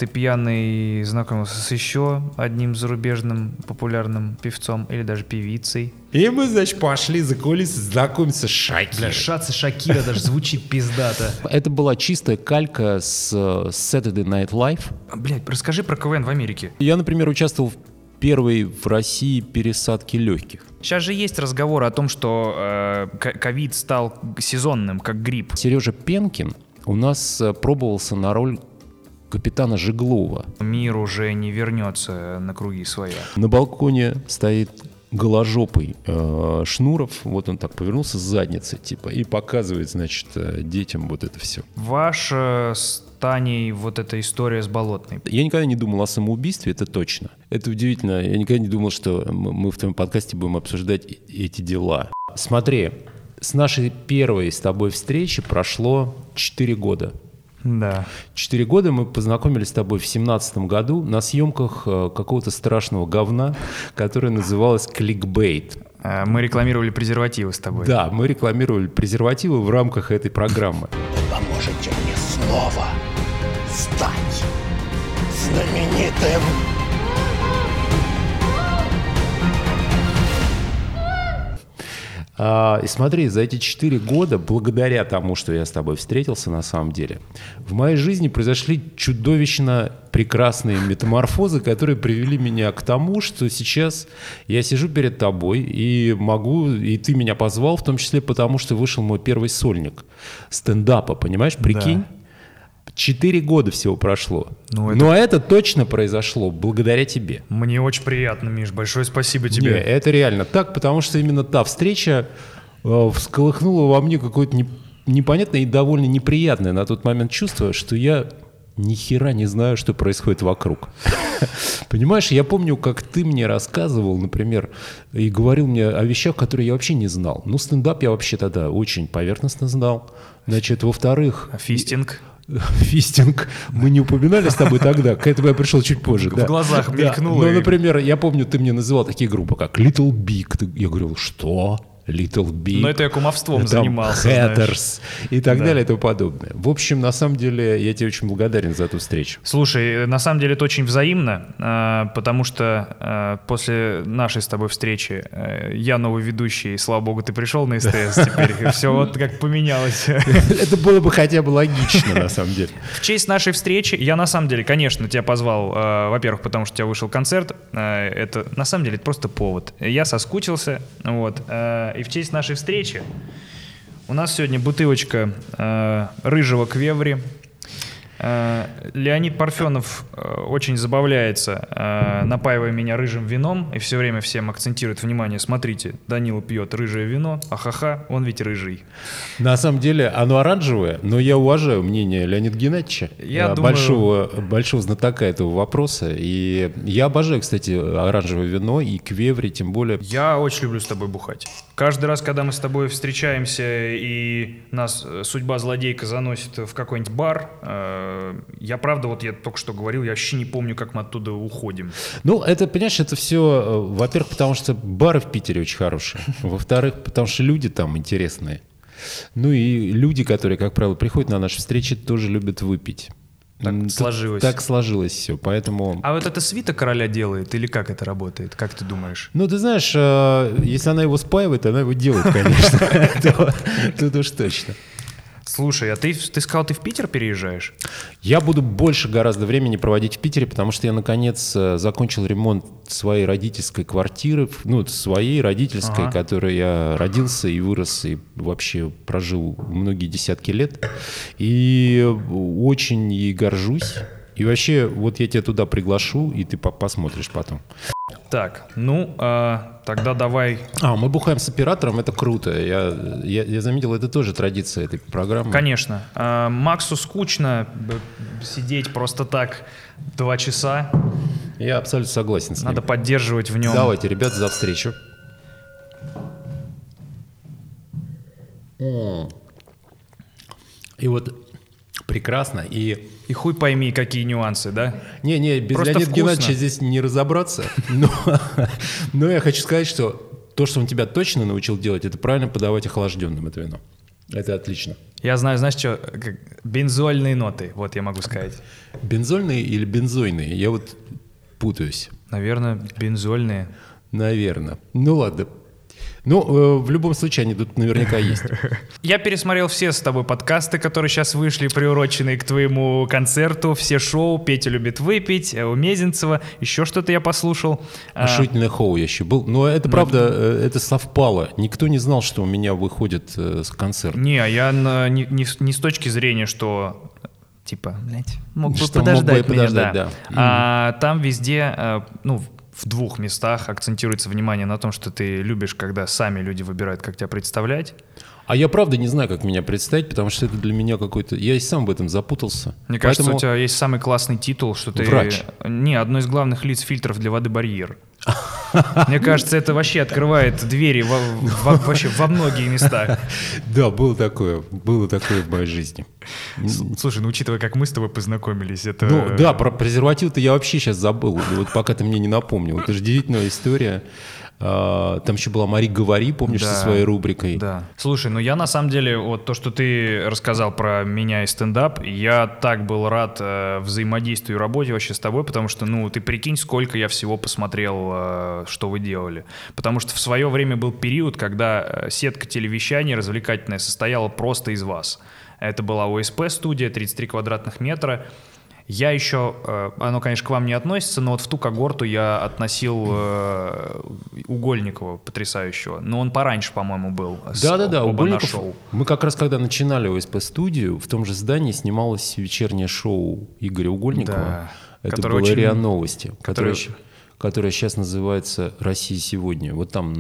ты пьяный знакомился с еще одним зарубежным популярным певцом или даже певицей. И мы, значит, пошли за кулисы знакомиться с Шакирой. Бля, Шаца Шакира даже звучит пиздато. Это была чистая калька с Saturday Night Live. Блядь, расскажи про КВН в Америке. Я, например, участвовал в первой в России пересадке легких. Сейчас же есть разговор о том, что ковид стал сезонным, как грипп. Сережа Пенкин у нас пробовался на роль капитана Жеглова. Мир уже не вернется на круги своя. На балконе стоит голожопый Шнуров, вот он так повернулся с задницы, типа, и показывает, значит, детям вот это все. Ваша с Таней вот эта история с Болотной. Я никогда не думал о самоубийстве, это точно. Это удивительно. Я никогда не думал, что мы в твоем подкасте будем обсуждать эти дела. Смотри, с нашей первой с тобой встречи прошло 4 года. Да. 4 года мы познакомились с тобой в 2017 году на съемках какого-то страшного говна, которое называлось «Кликбейт». Мы рекламировали презервативы с тобой. Да, мы рекламировали презервативы в рамках этой программы. Вы поможете мне снова стать знаменитым. И смотри, за эти 4 года, благодаря тому, что я с тобой встретился на самом деле, в моей жизни произошли чудовищно прекрасные метаморфозы, которые привели меня к тому, что сейчас я сижу перед тобой и могу, и ты меня позвал, в том числе потому, что вышел мой первый сольник стендапа, понимаешь, прикинь? Да. 4 года всего прошло. Но это точно произошло благодаря тебе. Мне очень приятно, Миш. Большое спасибо тебе. Не, это реально так, потому что именно та встреча всколыхнула во мне какое-то непонятное и довольно неприятное на тот момент чувство, что я ни хера не знаю, что происходит вокруг. Понимаешь, я помню, как ты мне рассказывал, например, и говорил мне о вещах, которые я вообще не знал. Ну, стендап я вообще тогда очень поверхностно знал. Значит, во-вторых... Фистинг. Фистинг мы не упоминали с тобой тогда, к этому я пришел чуть позже. В глазах мелькнуло. Ну, например, я помню, ты мне называл такие группы, как Little Big. Я говорил, что? Little Big. Но это я кумовством занимался. Hatters и так далее и тому подобное. В общем, на самом деле, я тебе очень благодарен за эту встречу. Слушай, на самом деле это очень взаимно, потому что после нашей с тобой встречи я новый ведущий, и, слава богу, ты пришел на СТС теперь, и все вот как поменялось. Это было бы хотя бы логично, на самом деле. В честь нашей встречи я, на самом деле, конечно, тебя позвал, во-первых, потому что у тебя вышел концерт. Это, на самом деле, это просто повод. Я соскучился, вот. И в честь нашей встречи у нас сегодня бутылочка рыжего квеври. Леонид Парфенов очень забавляется, напаивая меня рыжим вином, и все время всем акцентирует внимание: смотрите, Данила пьет рыжее вино, ахаха, он ведь рыжий. На самом деле оно оранжевое, но я уважаю мнение Леонида Геннадьевича, большого знатока этого вопроса, и я обожаю, кстати, оранжевое вино и квеври, тем более. Я очень люблю с тобой бухать. Каждый раз, когда мы с тобой встречаемся и нас судьба злодейка заносит в какой-нибудь бар, я правда, вот я только что говорил, я вообще не помню, как мы оттуда уходим. Ну, это, понимаешь, это все, во-первых, потому что бары в Питере очень хорошие, во-вторых, потому что люди там интересные. Ну и люди, которые, как правило, приходят на наши встречи, тоже любят выпить. Так сложилось. Так сложилось все, поэтому... А вот это свита короля делает или как это работает? Как ты думаешь? Ну, ты знаешь, если она его спаивает, она его делает, конечно. Тут уж точно. Слушай, а ты сказал, ты в Питер переезжаешь? Я буду больше гораздо времени проводить в Питере, потому что я, наконец, закончил ремонт своей родительской квартиры, ну, своей родительской, в которой я родился и вырос, и вообще прожил многие десятки лет. И очень ей горжусь. И вообще, вот я тебя туда приглашу, и ты посмотришь потом. Так, ну, тогда давай... Мы бухаем с оператором, это круто. Я заметил, это тоже традиция этой программы. Конечно. Максу скучно сидеть просто так 2 часа. Я абсолютно согласен с ним. Надо поддерживать в нем. Давайте, ребят, за встречу. И вот прекрасно. И хуй пойми, какие нюансы, да? Не, без просто Леонида вкусно. Геннадьевича здесь не разобраться. Но я хочу сказать, что то, что он тебя точно научил делать, это правильно подавать охлажденным это вино. Это отлично. Я знаю, знаешь что, бензольные ноты, вот я могу сказать. Бензольные или бензойные? Я вот путаюсь. Наверное, бензольные. Наверное. Ну ладно. Ну, в любом случае, они тут наверняка есть. Я пересмотрел все с тобой подкасты, которые сейчас вышли, приуроченные к твоему концерту, все шоу «Петя любит выпить», у Мезенцева, еще что-то я послушал. Ошуительное шоу я еще был. Но это правда, это совпало. Никто не знал, что у меня выходит концерт. Не, я не с точки зрения, что... Типа, блядь, мог бы Что подождать мог бы меня, подождать, да. Там везде, в двух местах акцентируется внимание на том, что ты любишь, когда сами люди выбирают, как тебя представлять. А я правда не знаю, как меня представить, потому что это для меня какой-то... Я и сам в этом запутался. Мне кажется, у тебя есть самый классный титул, что ты... Врач. Не, одно из главных лиц фильтров для воды «Барьер». Мне кажется, это вообще открывает двери вообще во многие места. Да, было такое в моей жизни. Слушай, учитывая, как мы с тобой познакомились, это... Ну да, про презерватив-то я вообще сейчас забыл, вот пока ты мне не напомнил. Это же удивительная история. Там еще была «Мари, говори», помнишь, со своей рубрикой? Да. Слушай, я на самом деле, вот то, что ты рассказал про меня и стендап, я так был рад взаимодействию и работе вообще с тобой, потому что, ты прикинь, сколько я всего посмотрел, что вы делали. Потому что в свое время был период, когда сетка телевещания развлекательная состояла просто из вас. Это была ОСП-студия, 33 квадратных метра. Я еще, оно, конечно, к вам не относится, но вот в ту когорту я относил Угольникова, потрясающего. Но он пораньше, по-моему, был. Да, Угольников. Мы как раз, когда начинали ОСП-студию, в том же здании снималось вечернее шоу Игоря Угольникова. Да, это было РИА Новости, которое сейчас называется «Россия сегодня». Вот там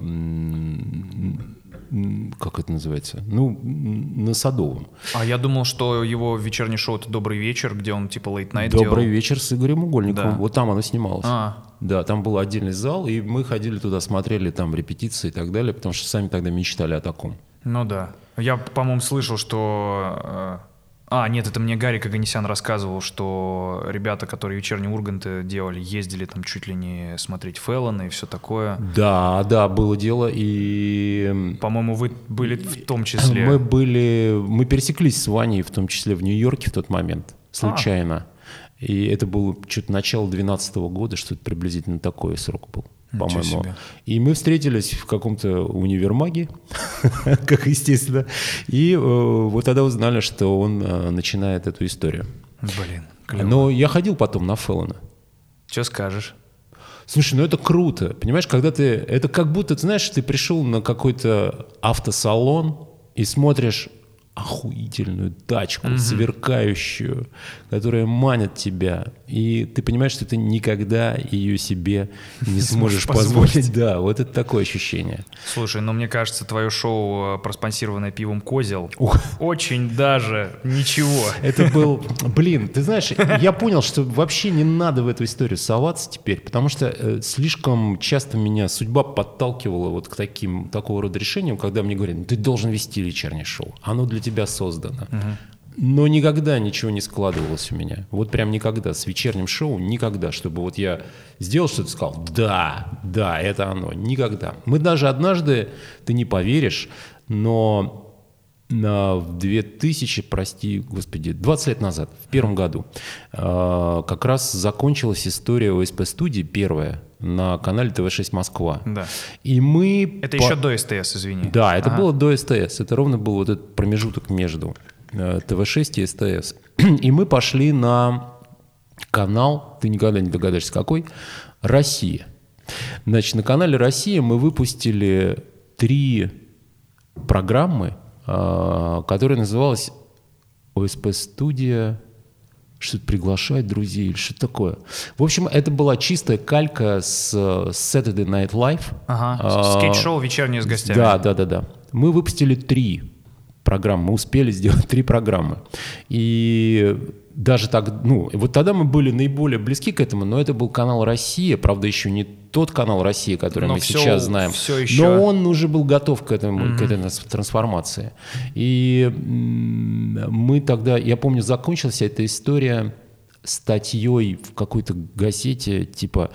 как это называется? На Садовом. А я думал, что его вечернее шоу — это «Добрый вечер», где он типа лейт-найт делал. «Добрый вечер» с Игорем Угольниковым. Да. Вот там оно снималось. А. Да, там был отдельный зал, и мы ходили туда, смотрели там репетиции и так далее, потому что сами тогда мечтали о таком. Ну да. Я, по-моему, слышал, что... нет, это мне Гарик Оганесян рассказывал, что ребята, которые «Вечерний Ургант» делали, ездили там чуть ли не смотреть Феллона и все такое. Да, было дело, и... По-моему, вы были в том числе... Мы пересеклись с Ваней, в том числе в Нью-Йорке в тот момент, случайно. И это было что-то начало 2012 года, что-то приблизительно такой срок был, по-моему. И мы встретились в каком-то универмаге, как естественно, и вот тогда узнали, что он начинает эту историю. Блин, клево. Но я ходил потом на Феллона. Что скажешь? Слушай, это круто. Понимаешь, когда ты... Это как будто, ты знаешь, ты пришел на какой-то автосалон и смотришь охуительную тачку, сверкающую, которая манит тебя, и ты понимаешь, что ты никогда ее себе не сможешь позволить. Да, вот это такое ощущение. Слушай, мне кажется, твое шоу, проспонсированное пивом «Козел», очень даже ничего. Это был... Блин, ты знаешь, я понял, что вообще не надо в эту историю соваться теперь, потому что слишком часто меня судьба подталкивала вот к такого рода решениям, когда мне говорят, ты должен вести вечернее шоу, оно для тебя создано. Но никогда ничего не складывалось у меня. Вот прям никогда. С вечерним шоу никогда. Чтобы вот я сделал что-то и сказал, да, это оно. Никогда. Мы даже однажды, ты не поверишь, но в 20 лет назад, в первом году, как раз закончилась история ОСП-студии первая на канале ТВ-6 Москва. Да. И мы... Это еще до СТС, извини. Да, это было до СТС. Это ровно был вот этот промежуток между ТВ-6 и СТС. И мы пошли на канал, ты никогда не догадаешься какой, «Россия». Значит, на канале «Россия» мы выпустили 3 программы, которая называлась ОСП-студия, что-то приглашать друзей или что-то такое. В общем, это была чистая калька с Saturday Night Live. Скетч-шоу «Вечернее с гостями». Да. Мы выпустили 3 программы, мы успели сделать 3 программы. И даже так, вот тогда мы были наиболее близки к этому, но это был канал «Россия», правда, еще не тот канал «Россия», который мы сейчас знаем, но он уже был готов к этой трансформации. И мы тогда, я помню, закончилась эта история статьей в какой-то газете, типа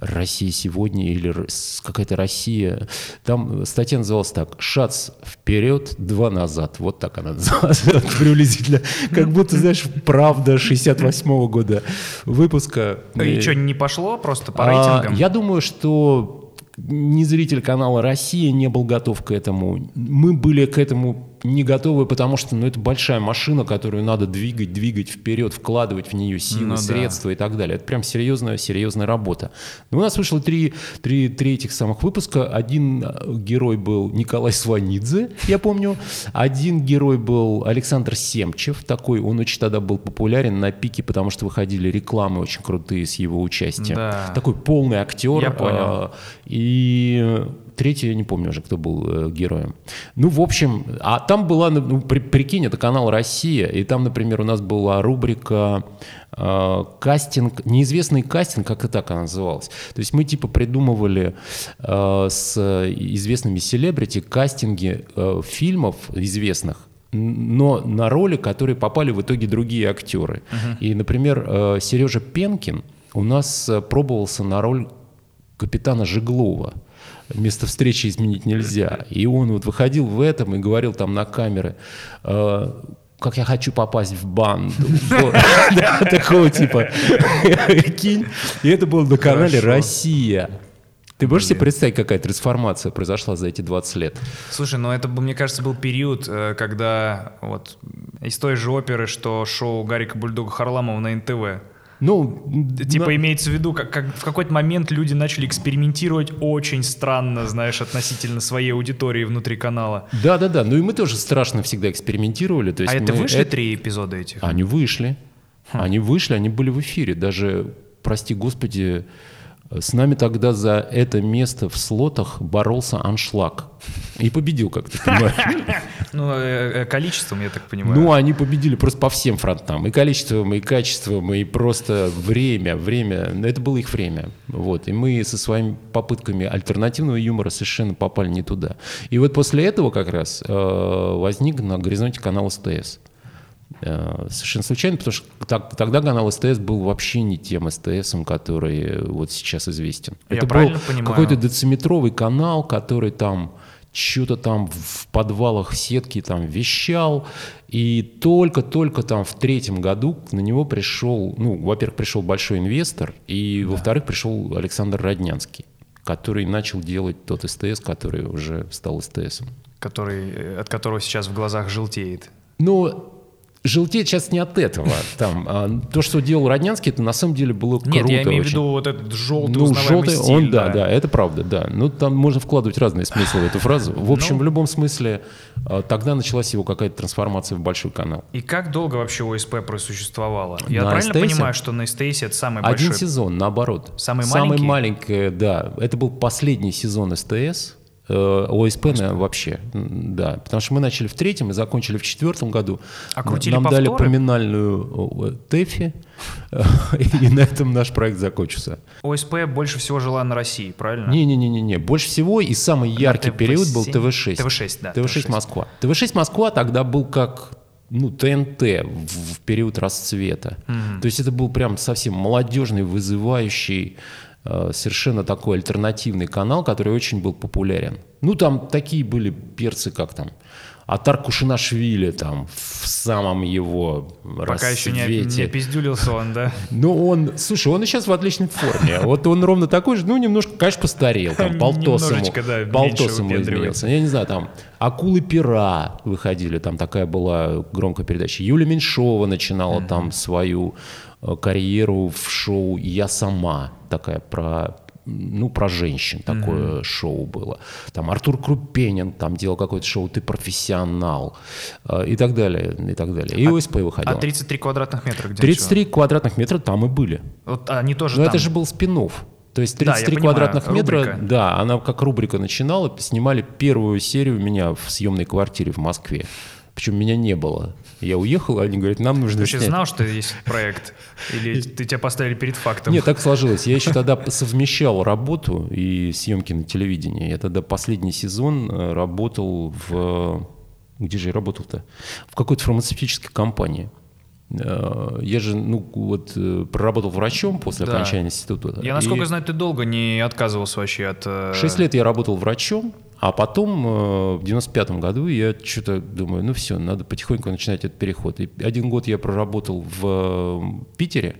«Россия сегодня» или какая-то «Россия». Там статья называлась так: «Шац вперед, 2 назад». Вот так она называлась. Приблизительно. Как будто, знаешь, «Правда» 68-го года выпуска. И что, не пошло просто по рейтингам? Я думаю, что ни зритель канала «Россия» не был готов к этому. Мы были к этому не готовы, потому что это большая машина, которую надо двигать вперед, вкладывать в нее силы, средства и так далее. Это прям серьезная работа. Но у нас вышло три этих самых выпуска. Один герой был Николай Сванидзе, я помню. Один герой был Александр Семчев. Такой, он очень тогда был популярен на пике, потому что выходили рекламы очень крутые с его участием. Да. Такой полный актер. Я понял. И третий, я не помню уже, кто был героем. В общем, а там была, прикинь, это канал «Россия», и там, например, у нас была рубрика кастинг, неизвестный кастинг, как-то так она называлась. То есть мы типа придумывали с известными селебрити кастинги фильмов известных, но на роли, которые попали в итоге другие актеры. И, например, Сережа Пенкин у нас пробовался на роль капитана Жеглова. Место встречи изменить нельзя. И он вот выходил в этом и говорил там на камеры: как я хочу попасть в банду. Такого типа. Кинь. И это было на канале «Россия». Ты можешь себе представить, какая трансформация произошла за эти 20 лет? Слушай, это, мне кажется, был период, когда вот из той же оперы, что шоу Гарика Бульдога Харламова на НТВ. Имеется в виду, как в какой-то момент люди начали экспериментировать очень странно, знаешь, относительно своей аудитории внутри канала. Да. И мы тоже страшно всегда экспериментировали. То есть это вышли 3 эпизода этих? Они вышли. Они были в эфире. Даже, прости господи, с нами тогда за это место в слотах боролся «Аншлаг». И победил, как ты понимаешь. Количеством, я так понимаю. Они победили просто по всем фронтам. И количеством, и качеством, и просто время. Это было их время. Вот. И мы со своими попытками альтернативного юмора совершенно попали не туда. И вот после этого как раз возник на горизонте канал СТС. Совершенно случайно, потому что тогда канал СТС был вообще не тем СТСом, который вот сейчас известен. Это был какой-то дециметровый канал, который там что-то там в подвалах сетки там вещал, и только там в 3-м году на него пришел, во-первых, пришел большой инвестор, и во-вторых, пришел Александр Роднянский, который начал делать тот СТС, который уже стал СТСом. От которого сейчас в глазах желтеет. Желтеет сейчас не от этого. То, что делал Роднянский, это на самом деле было круто. Нет, я имею в виду вот этот желтый узнаваемый стиль. Да, это правда, да. Там можно вкладывать разные смыслы в эту фразу. В общем, в любом смысле, тогда началась его какая-то трансформация в большой канал. И как долго вообще ОСП просуществовало? Я правильно понимаю, что на СТС это самый большой? 1 сезон, наоборот. Самый маленький? Самый маленький, да. Это был последний сезон СТС. ОСП вообще, да, потому что мы начали в 3-м и закончили в 4-м году. А крутили нам повторы? дали поминальную ТЭФИ, и на этом наш проект закончился. ОСП больше всего жила на России, правильно? Не. Больше всего и самый яркий период был ТВ-6. ТВ-6, да. ТВ-6 Москва. ТВ-6 Москва тогда был как ТНТ в период расцвета. То есть это был прям совсем молодежный, вызывающий, совершенно такой альтернативный канал, который очень был популярен. Там такие были перцы, как там Атар Кушанашвили там в самом его пока расцвете. еще не опиздюлился он, да? Он и сейчас в отличной форме. Вот он ровно такой же, немножко, конечно, постарел. Там болтосом изменился. Я не знаю, там «Акулы-пера» выходили, там такая была громкая передача. Юлия Меньшова начинала там свою карьеру в шоу «Я сама», такая про женщин такое шоу было. Там Артур Крупенин там делал какое-то шоу «Ты профессионал» и так далее, и так далее. И ОСП выходил. 33 квадратных метра где? 33 квадратных метра там и были. Вот они тоже там. Но это же был спин-офф. То есть 33 квадратных метра, рубрика. Да, она как рубрика начинала, снимали первую серию у меня в съемной квартире в Москве. Причем меня не было. Я уехал, а они говорят, нам нужно снять. Ты знал, что есть проект? Или тебя поставили перед фактом? Нет, так сложилось. Я еще тогда совмещал работу и съемки на телевидении. Я тогда последний сезон работал Где же я работал-то? В какой-то фармацевтической компании. Я же, проработал врачом после окончания института. Я, насколько знаю, ты долго не отказывался вообще от... 6 лет я работал врачом, а потом в 95-м году я что-то думаю, все, надо потихоньку начинать этот переход. И 1 год я проработал в Питере,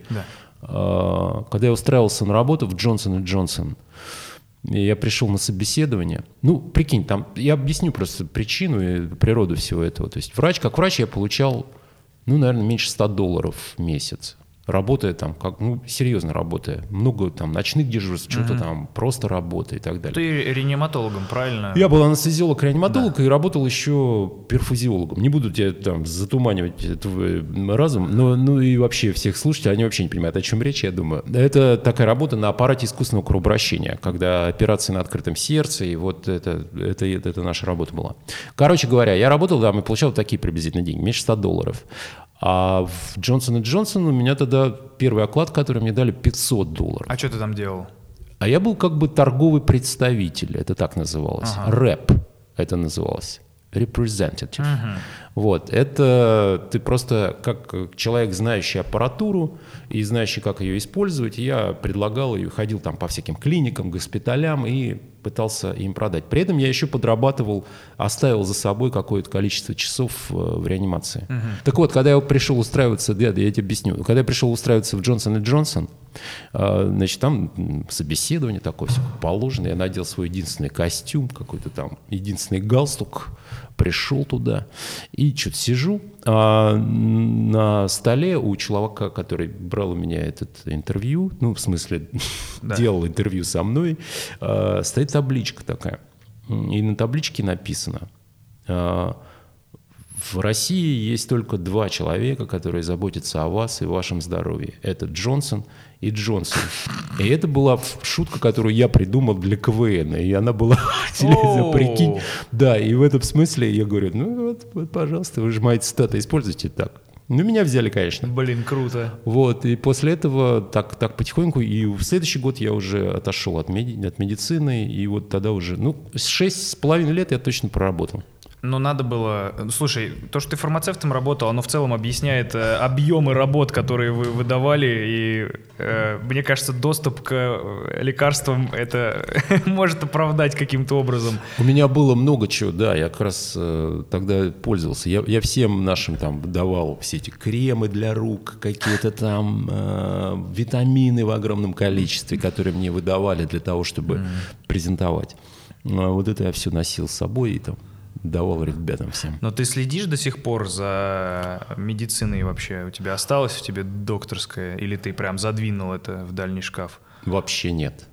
когда я устраивался на работу в Johnson & Johnson. И я пришел на собеседование. Прикинь, там я объясню просто причину и природу всего этого. То есть как врач я получал, наверное, меньше $100 в месяц. Работая там, серьезно работая. Много там ночных дежурств, что-то там, просто работа и так далее. Ты реаниматологом, правильно? Я был анестезиолог-реаниматолог и работал еще перфузиологом. Не буду тебя там затуманивать твой разум, и вообще всех слушателей, они вообще не понимают, о чем речь, я думаю. Это такая работа на аппарате искусственного кровообращения, когда операции на открытом сердце, и вот это наша работа была. Короче говоря, я работал там и получал такие приблизительно деньги, меньше $100. А в Johnson & Johnson у меня тогда первый оклад, который мне дали, $500. А что ты там делал? А я был как бы торговый представитель, это так называлось. Рэп это называлось. Representative. Вот, это ты просто как человек, знающий аппаратуру и знающий, как ее использовать, я предлагал ее, ходил там по всяким клиникам, госпиталям и пытался им продать. При этом я еще подрабатывал, оставил за собой какое-то количество часов в реанимации. Так вот, когда я пришел устраиваться, я тебе объясню, когда я пришел устраиваться в Johnson & Johnson, значит, там собеседование такое, все положено, я надел свой единственный костюм, какой-то там единственный галстук, пришел туда и что-то сижу, а на столе у человека, который брал у меня этот интервью, в смысле, делал интервью со мной, стоит табличка такая. И на табличке написано: в России есть только 2 человека, которые заботятся о вас и вашем здоровье. Это Джонсон и Джонсон. И это была шутка, которую я придумал для КВН. И она была, прикинь. Да, и в этом смысле я говорю, вот, пожалуйста, вы же мои цитаты используйте так. Меня взяли, конечно. Блин, круто. Вот, и после этого так потихоньку, и в следующий год я уже отошел от медицины, и вот тогда уже, 6,5 лет я точно проработал. Но надо было... Слушай, то, что ты фармацевтом работал, оно в целом объясняет объемы работ, которые вы выдавали, и мне кажется, доступ к лекарствам это может оправдать каким-то образом. У меня было много чего, да, я как раз тогда пользовался. Я всем нашим там давал все эти кремы для рук, какие-то там витамины в огромном количестве, которые мне выдавали для того, чтобы презентовать. Вот это я все носил с собой и там давал ребятам всем. Но ты следишь до сих пор за медициной вообще? У тебя осталось в тебе докторское? Или ты прям задвинул это в дальний шкаф? Вообще нет.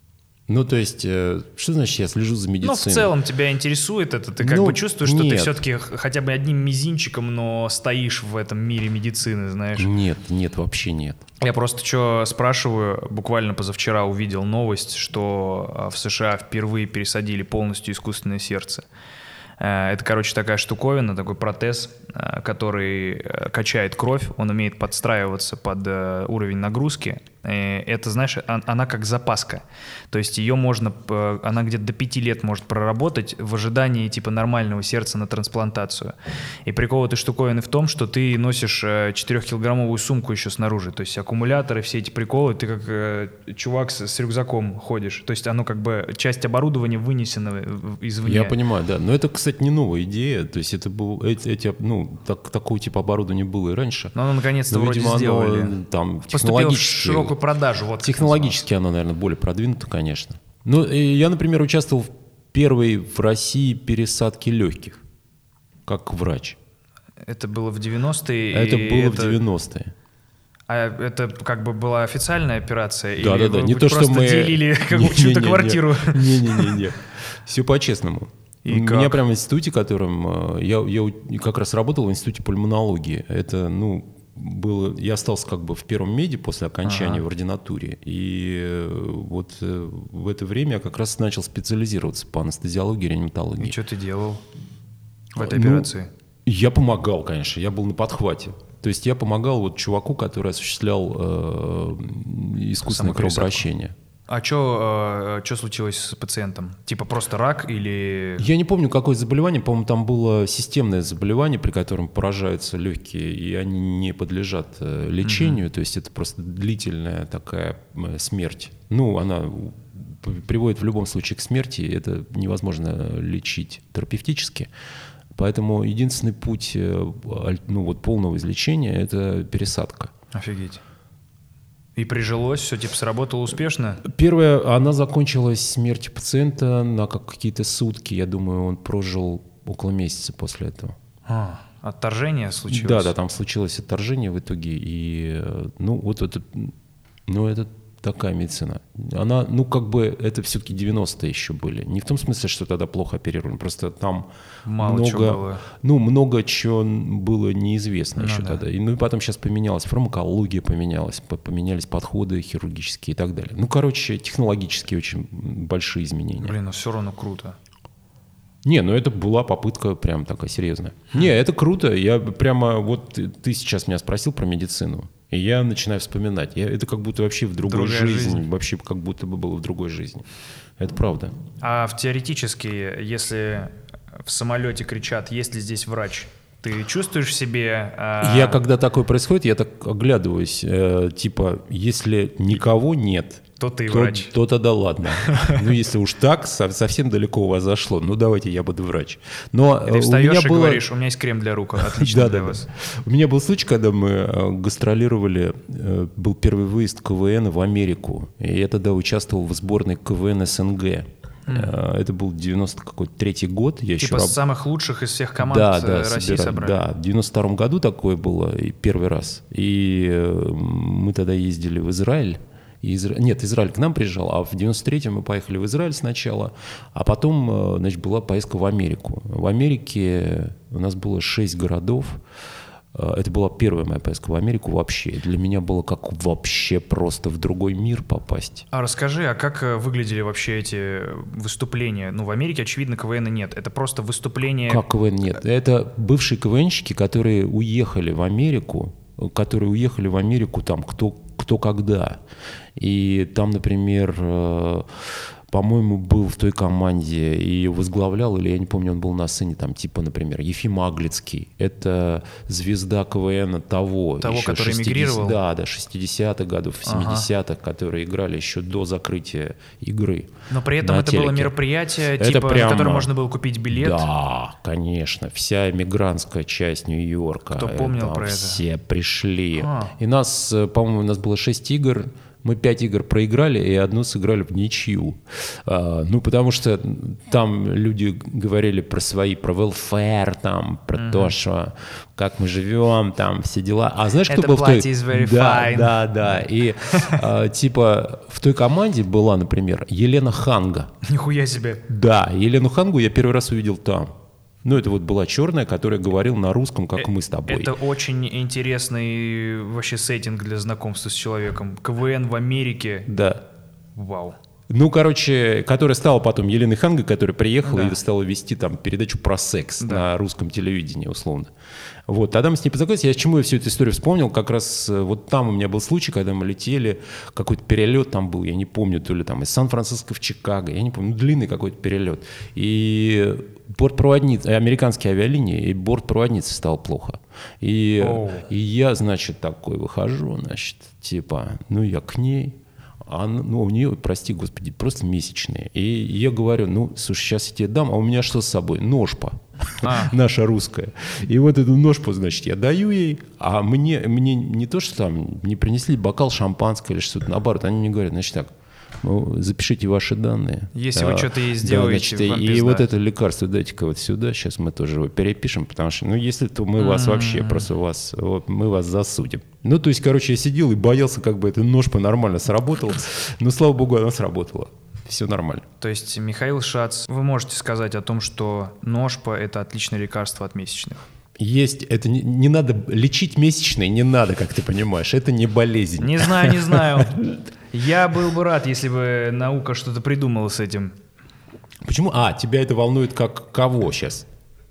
То есть, что значит я слежу за медициной? В целом тебя интересует это? Ты как бы чувствуешь, что ты все-таки хотя бы одним мизинчиком, но стоишь в этом мире медицины, знаешь? Нет, вообще нет. Я просто что спрашиваю, буквально позавчера увидел новость, что в США впервые пересадили полностью искусственное сердце. Это, такая штуковина, такой протез, который качает кровь, он умеет подстраиваться под уровень нагрузки. Это, знаешь, она как запаска. То есть ее можно, она где-то до 5 лет может проработать в ожидании типа нормального сердца на трансплантацию. И прикол этой штуковины в том, что ты носишь 4-килограммовую сумку еще снаружи. То есть аккумуляторы, все эти приколы, ты как чувак с рюкзаком ходишь. То есть оно часть оборудования вынесена извне. Я понимаю, да. Но это, кстати, не новая идея. То есть это был, такого типа оборудования было и раньше. Но оно наконец-то вроде сделали. Оно, там, поступило в широкую продажу. Вот технологически оно, наверное, более продвинуто, конечно. Я, например, участвовал в первой в России пересадке легких, как врач. Это было в 90-е? Это было в 90-е. А это как бы была официальная операция? Да, или да. вы Не то, просто что мы делили чью-то квартиру? Не. Все по-честному. У меня прямо в институте, которым я как раз работал в институте пульмонологии. Это, было, я остался как бы в первом меди после окончания в ординатуре. И вот в это время я как раз начал специализироваться по анестезиологии и реаниматологии. И что ты делал в этой операции? Я помогал, конечно, я был на подхвате. То есть я помогал чуваку, который осуществлял искусственное кровообращение. А что случилось с пациентом? Типа просто рак или... Я не помню, какое заболевание. По-моему, там было системное заболевание, при котором поражаются легкие, и они не подлежат лечению. То есть это просто длительная такая смерть. Ну, она приводит в любом случае к смерти. Это невозможно лечить терапевтически. Поэтому единственный путь полного излечения – это пересадка. Офигеть. И прижилось, все типа сработало успешно? Первое, она закончилась смертью пациента на какие-то сутки. Я думаю, он прожил около месяца после этого. Отторжение случилось? Да, там случилось отторжение в итоге. И, это такая медицина. Она, это все-таки 90-е еще были. Не в том смысле, что тогда плохо оперировали, просто там много чего было неизвестно еще тогда. И потом сейчас поменялась фармакология, поменялись подходы хирургические и так далее. Технологические очень большие изменения. Блин, но все равно круто. Не, это была попытка прям такая серьезная. Не, это круто. Я прямо, ты сейчас меня спросил про медицину. И я начинаю вспоминать. Это как будто вообще в другой жизни. Вообще как будто бы было в другой жизни. Это правда. А теоретически, если в самолете кричат, есть ли здесь врач, ты чувствуешь в себе... Я, когда такое происходит, я так оглядываюсь. Если никого нет... То ты врач. То тогда ладно. Если уж так, совсем далеко у вас зашло, давайте я буду врач. Но ты встаешь и говоришь, у меня есть крем для рук, отлично для вас. У меня был случай, когда мы гастролировали, был первый выезд КВН в Америку, и я тогда участвовал в сборной КВН СНГ. Это был 93-й год. Типа самых лучших из всех команд России собрали. Да, в 92-м году такое было, и первый раз. И мы тогда ездили в Израиль. Израиль к нам приезжал, а в 93-м мы поехали в Израиль сначала, а потом, была поездка в Америку. В Америке у нас было 6 городов. Это была первая моя поездка в Америку вообще. Для меня было как вообще просто в другой мир попасть. А расскажи, а как выглядели вообще эти выступления? В Америке, очевидно, КВН нет. Это просто выступления... Как КВН нет? Это бывшие КВНщики, которые уехали в Америку там кто когда. И там, например, по-моему, был в той команде и возглавлял, или я не помню, он был на сцене, например, Ефим Аглицкий. Это звезда КВН того который эмигрировал? Да, 60-х годов, 70-х, которые играли еще до закрытия игры. Но при этом это было мероприятие, на которое можно было купить билет? Да, конечно. Вся эмигрантская часть Нью-Йорка. Кто помнил про это? Все пришли. И у нас было 6 игр. Мы 5 игр проиграли и одну сыграли в ничью. Потому что там люди говорили про welfare, про то, что как мы живем, там все дела. А знаешь, кто был в той... is very fine. Да. И в той команде была, например, Елена Ханга. Нихуя себе. Да, Елену Хангу я первый раз увидел там. Это была черная, которая говорила на русском, как мы с тобой. Это очень интересный вообще сеттинг для знакомства с человеком. КВН в Америке. Да. Вау. Которая стала потом Еленой Хангой, которая приехала и стала вести передачу про секс на русском телевидении, условно. Тогда мы с ней познакомились. Я чему я всю эту историю вспомнил? Как раз там у меня был случай, когда мы летели, какой-то перелет там был, я не помню, то ли из Сан-Франциско в Чикаго, я не помню, длинный какой-то перелет. И бортпроводница, американские авиалинии, и бортпроводнице стало плохо. И я, такой выхожу, я к ней. У нее, прости господи, просто месячные. И я говорю, слушай, сейчас я тебе дам, а у меня что с собой? Ножпа. Наша русская. И эту ножпу, я даю ей, а мне не то, что не принесли бокал шампанского или что-то, наоборот, они мне говорят, запишите ваши данные. Если вы что-то ей сделаете, вам пизда. И это лекарство дайте-ка сюда, сейчас мы тоже его перепишем, потому что, если то мы вас вообще, просто мы вас засудим. Я сидел и боялся, эта ножпа нормально сработала, но, слава богу, она сработала. Все нормально. То есть, Михаил Шац, вы можете сказать о том, что ножпа – это отличное лекарство от месячных? Есть, это не надо, лечить месячные не надо, как ты понимаешь, это не болезнь. Не знаю. Я был бы рад, если бы наука что-то придумала с этим. Почему? Тебя это волнует как кого сейчас?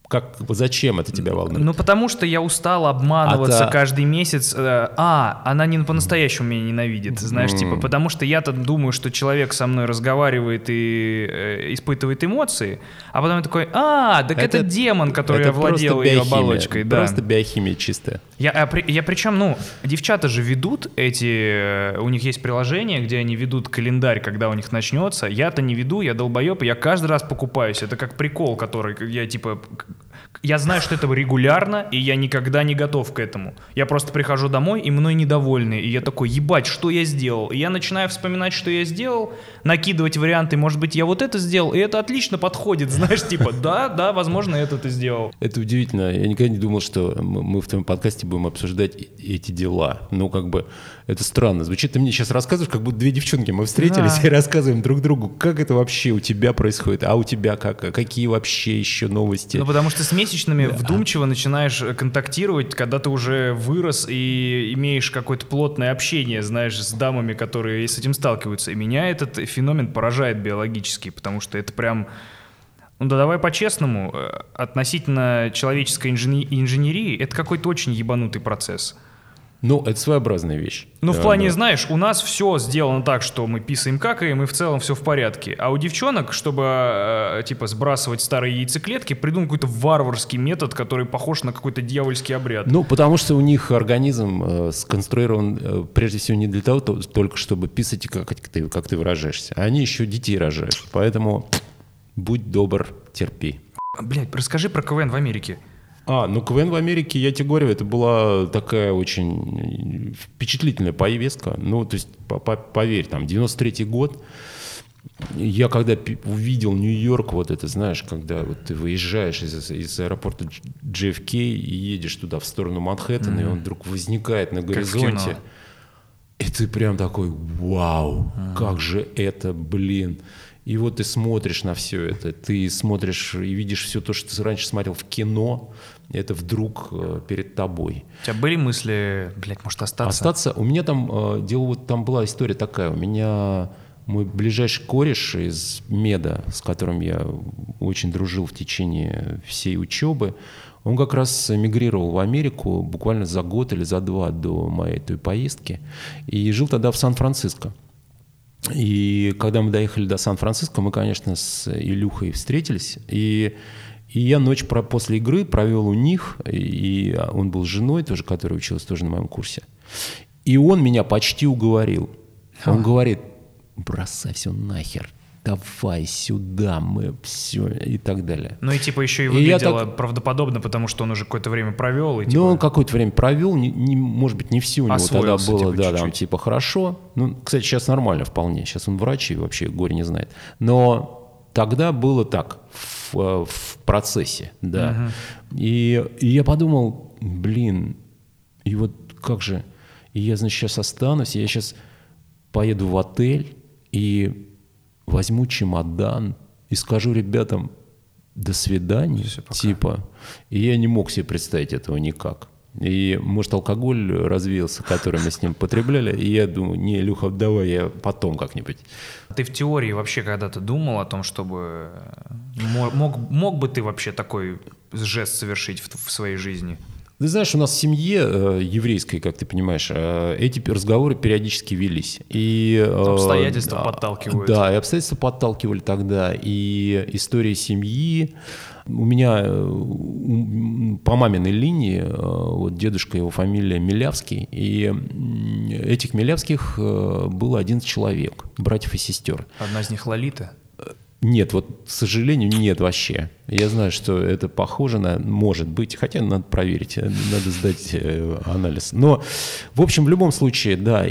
Зачем это тебя волнует? Ну, потому что я устал обманываться каждый месяц. Она не по-настоящему меня ненавидит, знаешь, типа, потому что я-то думаю, что человек со мной разговаривает и испытывает эмоции, а потом я такой, так это демон, который овладел ее оболочкой. Просто биохимия чистая. Я причем, девчата же ведут у них есть приложение, где они ведут календарь, когда у них начнется. Я-то не веду, я долбоеб, и я каждый раз покупаюсь. Это как прикол, который я типа... Я знаю, что это регулярно, и я никогда не готов к этому. Я просто прихожу домой, и мной недовольны. И я такой, ебать, что я сделал? И я начинаю вспоминать, что я сделал, накидывать варианты, может быть, я вот это сделал, и это отлично подходит, знаешь, типа, да, возможно, это ты сделал. Это удивительно. Я никогда не думал, что мы в твоем подкасте будем обсуждать эти дела. Это странно. Звучит, ты мне сейчас рассказываешь, как будто две девчонки. Мы встретились и рассказываем друг другу, как это вообще у тебя происходит, а у тебя как, какие вообще еще новости. Потому что с месячными вдумчиво начинаешь контактировать, когда ты уже вырос и имеешь какое-то плотное общение, знаешь, с дамами, которые с этим сталкиваются. И меня этот феномен поражает биологически, потому что это прям... давай по-честному, относительно человеческой инженерии, это какой-то очень ебанутый процесс. Это своеобразная вещь. В плане, знаешь, у нас все сделано так, что мы писаем, какаем, и в целом все в порядке. А у девчонок, чтобы, сбрасывать старые яйцеклетки, придумал какой-то варварский метод, который похож на какой-то дьявольский обряд. Потому что у них организм сконструирован, прежде всего, не для того, только чтобы писать, как ты выражаешься. А они еще детей рожают. Поэтому будь добр, терпи. Блядь, расскажи про КВН в Америке. КВН в Америке, я тебе говорю, это была такая очень впечатлительная поездка. То есть, поверь, 93-й год. Я когда увидел Нью-Йорк, вот это, знаешь, когда вот ты выезжаешь из аэропорта JFK и едешь туда в сторону Манхэттена, и он вдруг возникает на горизонте. И ты прям такой, вау, как же это, блин. И вот ты смотришь на все это, ты смотришь и видишь все то, что ты раньше смотрел в кино, это вдруг перед тобой. У тебя были мысли, может, остаться? У меня там была история такая. У меня мой ближайший кореш из меда, с которым я очень дружил в течение всей учебы, он как раз эмигрировал в Америку буквально за год или за два до моей той поездки и жил тогда в Сан-Франциско. И когда мы доехали до Сан-Франциско, мы, конечно, с Илюхой встретились. И я ночь после игры провел у них, и он был с женой тоже, которая училась тоже на моем курсе. И он меня почти уговорил. Он говорит, бросай все нахер, давай сюда, мы все, и так далее. Еще и выглядело правдоподобно, потому что он уже какое-то время провел. Он какое-то время провел, может быть, не все у него тогда было, чуть-чуть. Хорошо. Кстати, сейчас нормально вполне. Сейчас он врач и вообще горе не знает. Но тогда было так, в процессе, да. И я подумал, и вот как же, и я, сейчас останусь, я сейчас поеду в отель и возьму чемодан и скажу ребятам «до свидания», И я не мог себе представить этого никак. И, может, алкоголь развеялся, который мы с ним потребляли, и я думаю, не, Илюха, давай я потом как-нибудь. Ты в теории вообще когда-то думал о том, чтобы... Мог бы ты вообще такой жест совершить в своей жизни? Ты знаешь, у нас в семье еврейской, как ты понимаешь, эти разговоры периодически велись. И, обстоятельства подталкивают. Да, и обстоятельства подталкивали тогда. И история семьи. У меня по маминой линии, вот дедушка, его фамилия Милявский, и этих Милявских было 11 человек, братьев и сестер. Одна из них Лолита? Нет, вот, к сожалению, нет вообще. Я знаю, что это похоже на... Может быть, хотя надо проверить, надо сдать анализ. Но, в общем, в любом случае, да,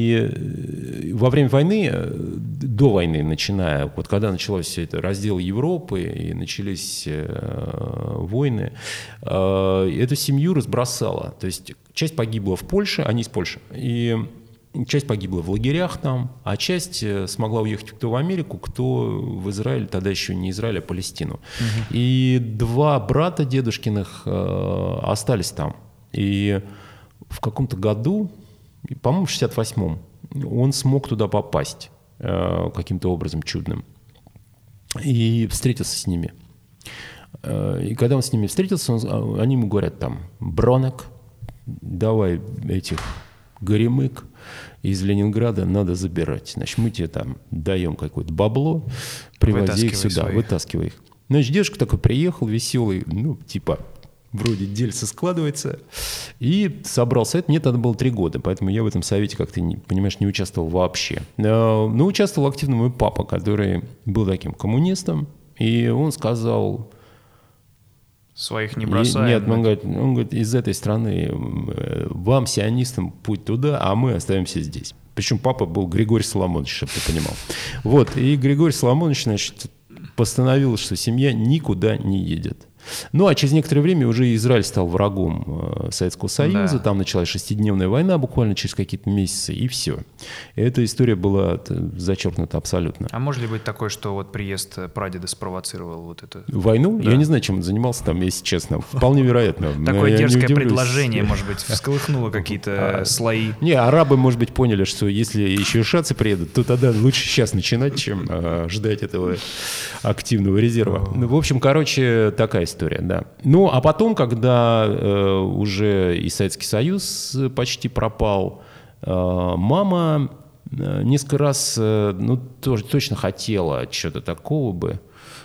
и во время войны, до войны начиная, вот когда началось все это, раздел Европы, и начались войны, эту семью разбросало. То есть часть погибла в Польше, они из Польши, и... Часть погибла в лагерях там, а часть смогла уехать кто в Америку, кто в Израиль, тогда еще не Израиль, а Палестину. И два брата дедушкиных остались там. И в каком-то году, по-моему, в 68-м, он смог туда попасть каким-то образом чудным. И встретился с ними. И когда он с ними встретился, они ему говорят там: Бронек, давай этих горемык из Ленинграда надо забирать. Значит, мы тебе там даем какое-то бабло, привози их сюда, вытаскивай их. Значит, дедушка такой приехал, веселый, ну, типа, вроде дельце складывается, и собрал совет. Мне тогда было 3 года, поэтому я в этом совете как-то, понимаешь, не участвовал вообще. Но участвовал активно мой папа, который был таким коммунистом, и он сказал... Своих не бросаем. Нет, он говорит, из этой страны вам, сионистам, путь туда, а мы остаемся здесь. Причем папа был Григорий Соломонович, чтобы ты понимал. Вот, и Григорий Соломонович, значит, постановил, что семья никуда не едет. Ну, а через некоторое время уже Израиль стал врагом Советского Союза, там началась 6-дневная война буквально через какие-то месяцы, и все. Эта история была зачеркнута абсолютно. А может ли быть такое, что вот приезд прадеда спровоцировал вот это? Войну? Да. Я не знаю, чем он занимался там, если честно. Вполне вероятно. Такое дерзкое предложение, может быть, всколыхнуло какие-то слои. Не, арабы, может быть, поняли, что если еще шатцы приедут, то тогда лучше сейчас начинать, чем ждать этого активного резерва. Ну, в общем, короче, такая история, да. Ну, а потом, когда уже и Советский Союз почти пропал, мама несколько раз, ну, тоже точно хотела чего-то такого бы,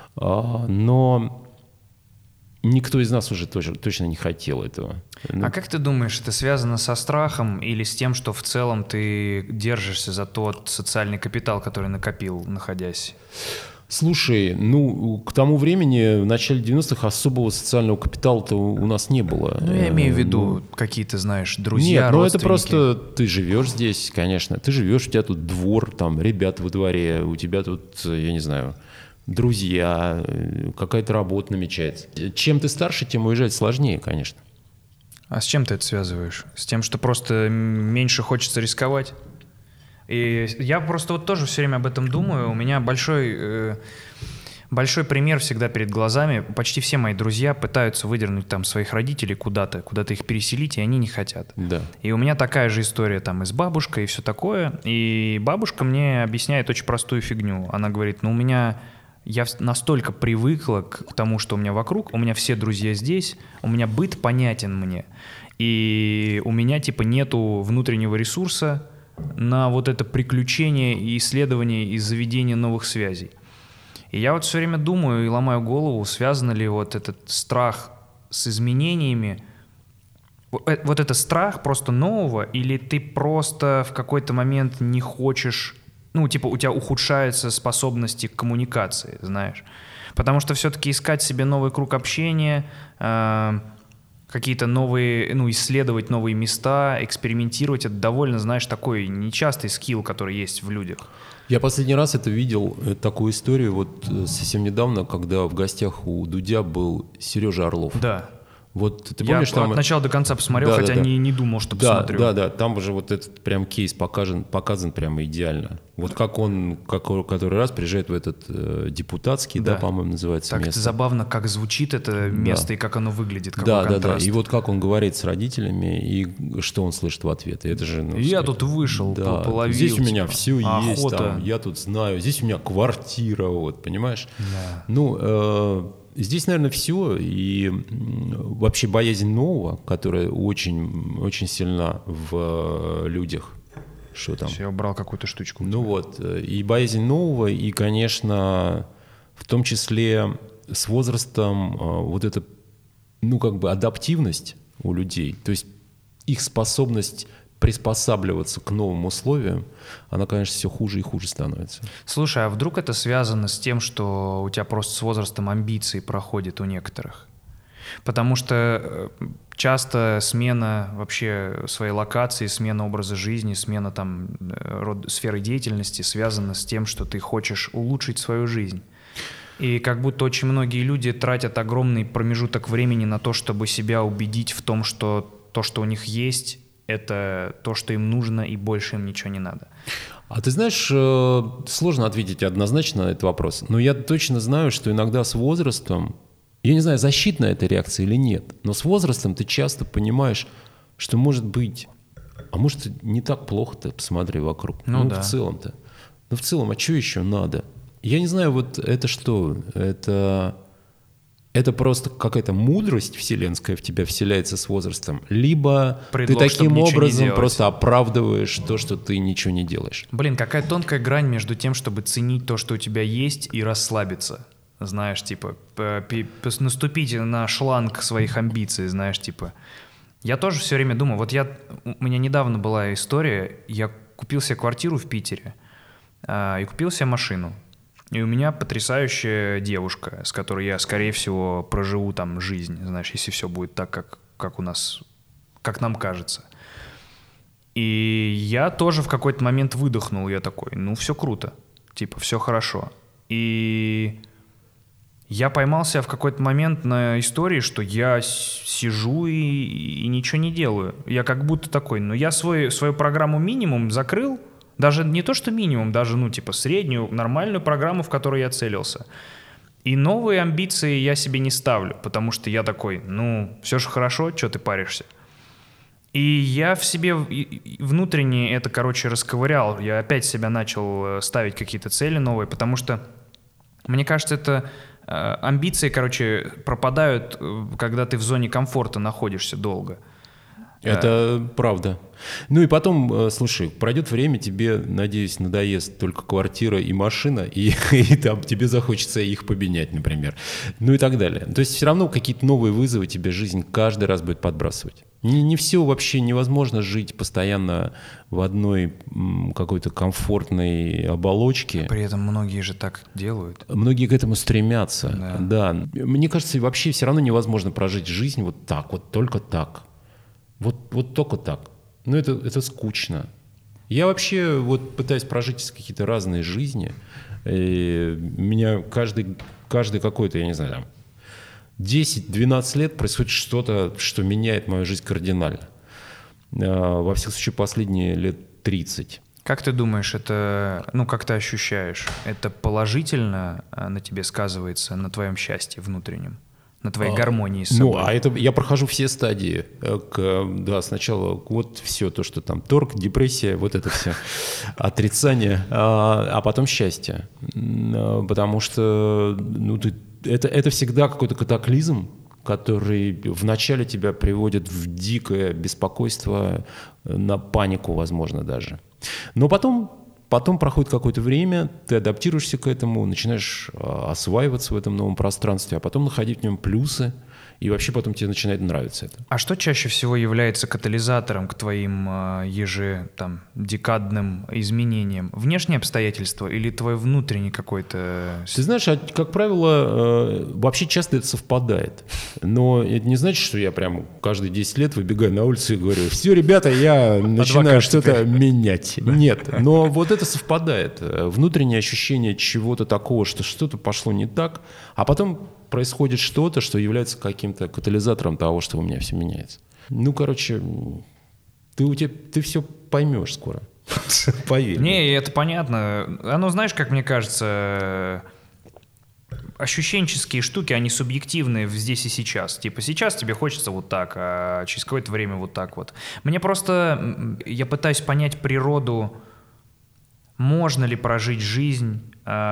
но никто из нас уже точно не хотел этого. А как ты думаешь, это связано со страхом или с тем, что в целом ты держишься за тот социальный капитал, который накопил, находясь? Слушай, ну, к тому времени, в начале 90-х, особого социального капитала-то у нас не было. Ну, я имею в виду какие-то, знаешь, друзья, нет, родственники. Ну, это просто ты живешь здесь, конечно. Ты живешь, у тебя тут двор, там, ребята во дворе, у тебя тут, я не знаю, друзья, какая-то работа намечается. Чем ты старше, тем уезжать сложнее, конечно. А с чем ты это связываешь? С тем, что просто меньше хочется рисковать? И я просто вот тоже все время об этом думаю. У меня большой пример всегда перед глазами. Почти все мои друзья пытаются выдернуть там своих родителей куда-то их переселить, и они не хотят. Да. И у меня такая же история там и с бабушкой, и все такое. И бабушка мне объясняет очень простую фигню. Она говорит, ну я настолько привыкла к тому, что у меня вокруг, у меня все друзья здесь, у меня быт понятен мне. И у меня типа нету внутреннего ресурса на вот это приключение и исследование и заведение новых связей. И я вот все время думаю и ломаю голову, связан ли вот этот страх с изменениями, вот это страх просто нового, или ты просто в какой-то момент не хочешь, ну, типа у тебя ухудшаются способности к коммуникации, знаешь. Потому что все-таки искать себе новый круг общения, какие-то новые, ну, исследовать новые места, экспериментировать, это довольно, знаешь, такой нечастый скилл, который есть в людях. Я последний раз это видел, такую историю, вот совсем недавно, когда в гостях у Дудя был Сережа Орлов. Да. Вот ты помнишь, я там... от начала до конца посмотрел, хотя не думал, что посмотрю. Да, там уже вот этот прям кейс показан прямо идеально. Вот как он который раз приезжает в этот депутатский, да, по-моему, называется так место. Так забавно, как звучит это место и как оно выглядит, какой контраст. И вот как он говорит с родителями, и что он слышит в ответ. И это же, я тут вышел, половил. Здесь у меня все охота. Есть, там, я тут знаю, здесь у меня квартира, вот, понимаешь? Да. Ну, здесь, наверное, все. И вообще боязнь нового, которая очень, очень сильна в людях. Что там? Я убрал какую-то штучку. Ну вот. И боязнь нового, и, конечно, в том числе с возрастом вот эта, ну, как бы адаптивность у людей, то есть их способность приспосабливаться к новым условиям, она, конечно, все хуже и хуже становится. Слушай, а вдруг это связано с тем, что у тебя просто с возрастом амбиции проходит у некоторых? Потому что часто смена вообще своей локации, смена образа жизни, смена там сферы деятельности связана с тем, что ты хочешь улучшить свою жизнь. И как будто очень многие люди тратят огромный промежуток времени на то, чтобы себя убедить в том, что то, что у них есть, это то, что им нужно, и больше им ничего не надо. А ты знаешь, сложно ответить однозначно на этот вопрос, но я точно знаю, что иногда с возрастом, я не знаю, защитная эта реакция или нет, но с возрастом ты часто понимаешь, что может быть, а может не так плохо-то, посмотри вокруг. Ну да. В целом-то. Ну в целом, а что еще надо? Я не знаю, вот это что? Это это просто какая-то мудрость вселенская в тебя вселяется с возрастом, либо Предлог, ты чтобы таким ничего не образом делать. просто оправдываешь то, что ты ничего не делаешь. Блин, какая тонкая грань между тем, чтобы ценить то, что у тебя есть, и расслабиться. Знаешь, типа, наступить на шланг своих амбиций, знаешь, типа. Я тоже все время думаю, вот у меня недавно была история, я купил себе квартиру в Питере и купил себе машину. И у меня потрясающая девушка, с которой я, скорее всего, проживу там жизнь, знаешь, если все будет так, как у нас, как нам кажется. И я тоже в какой-то момент выдохнул, я такой, ну, все круто, типа, все хорошо. И я поймался в какой-то момент на истории, что я сижу и ничего не делаю. Я как будто такой, ну, я свою программу минимум закрыл, даже не то, что минимум, даже, ну, типа, среднюю, нормальную программу, в которую я целился. И новые амбиции я себе не ставлю, потому что я такой, ну, все же хорошо, что ты паришься? И я в себе внутренне это, короче, расковырял. Я опять себя начал ставить какие-то цели новые, потому что, мне кажется, это амбиции, короче, пропадают, когда ты в зоне комфорта находишься долго. Это правда. Ну и потом, слушай, пройдет время, тебе, надеюсь, надоест только квартира и машина, и там тебе захочется их поменять, например. Ну и так далее. То есть все равно какие-то новые вызовы тебе жизнь каждый раз будет подбрасывать. Не все вообще невозможно жить постоянно в одной какой-то комфортной оболочке. При этом многие же так делают. Многие к этому стремятся. Да. Мне кажется, вообще все равно невозможно прожить жизнь вот так, вот только так. Вот только так. Ну, это скучно. Я вообще вот пытаюсь прожить какие-то разные жизни. И у меня каждый какой-то, я не знаю, там, 10-12 лет происходит что-то, что меняет мою жизнь кардинально. Во всяком случае, последние лет 30. Как ты думаешь, это, ну, как ты ощущаешь, это положительно на тебе сказывается, на твоем счастье внутреннем? На твоей гармонии с собой. Ну, а это я прохожу все стадии. Да, сначала вот все то, что там торг, депрессия, вот это все, отрицание, а потом счастье. Потому что это всегда какой-то катаклизм, который вначале тебя приводит в дикое беспокойство, на панику, возможно, даже. Но потом проходит какое-то время, ты адаптируешься к этому, начинаешь осваиваться в этом новом пространстве, а потом находить в нем плюсы, и вообще потом тебе начинает нравиться это. А что чаще всего является катализатором к твоим декадным изменениям? Внешние обстоятельства или твой внутренний какой-то... Ты знаешь, как правило, вообще часто это совпадает. Но это не значит, что я прям каждые 10 лет выбегаю на улицу и говорю: все, ребята, я начинаю что-то менять. Нет, но вот это совпадает. Внутреннее ощущение чего-то такого, что что-то пошло не так, а потом происходит что-то, что является каким-то катализатором того, что у меня все меняется. Ну, короче, ты все поймешь скоро. Поверь. Не, это понятно. Оно, знаешь, как мне кажется, ощущенческие штуки, они субъективные здесь и сейчас. Типа сейчас тебе хочется вот так, а через какое-то время вот так вот. Мне просто... Я пытаюсь понять природу, можно ли прожить жизнь,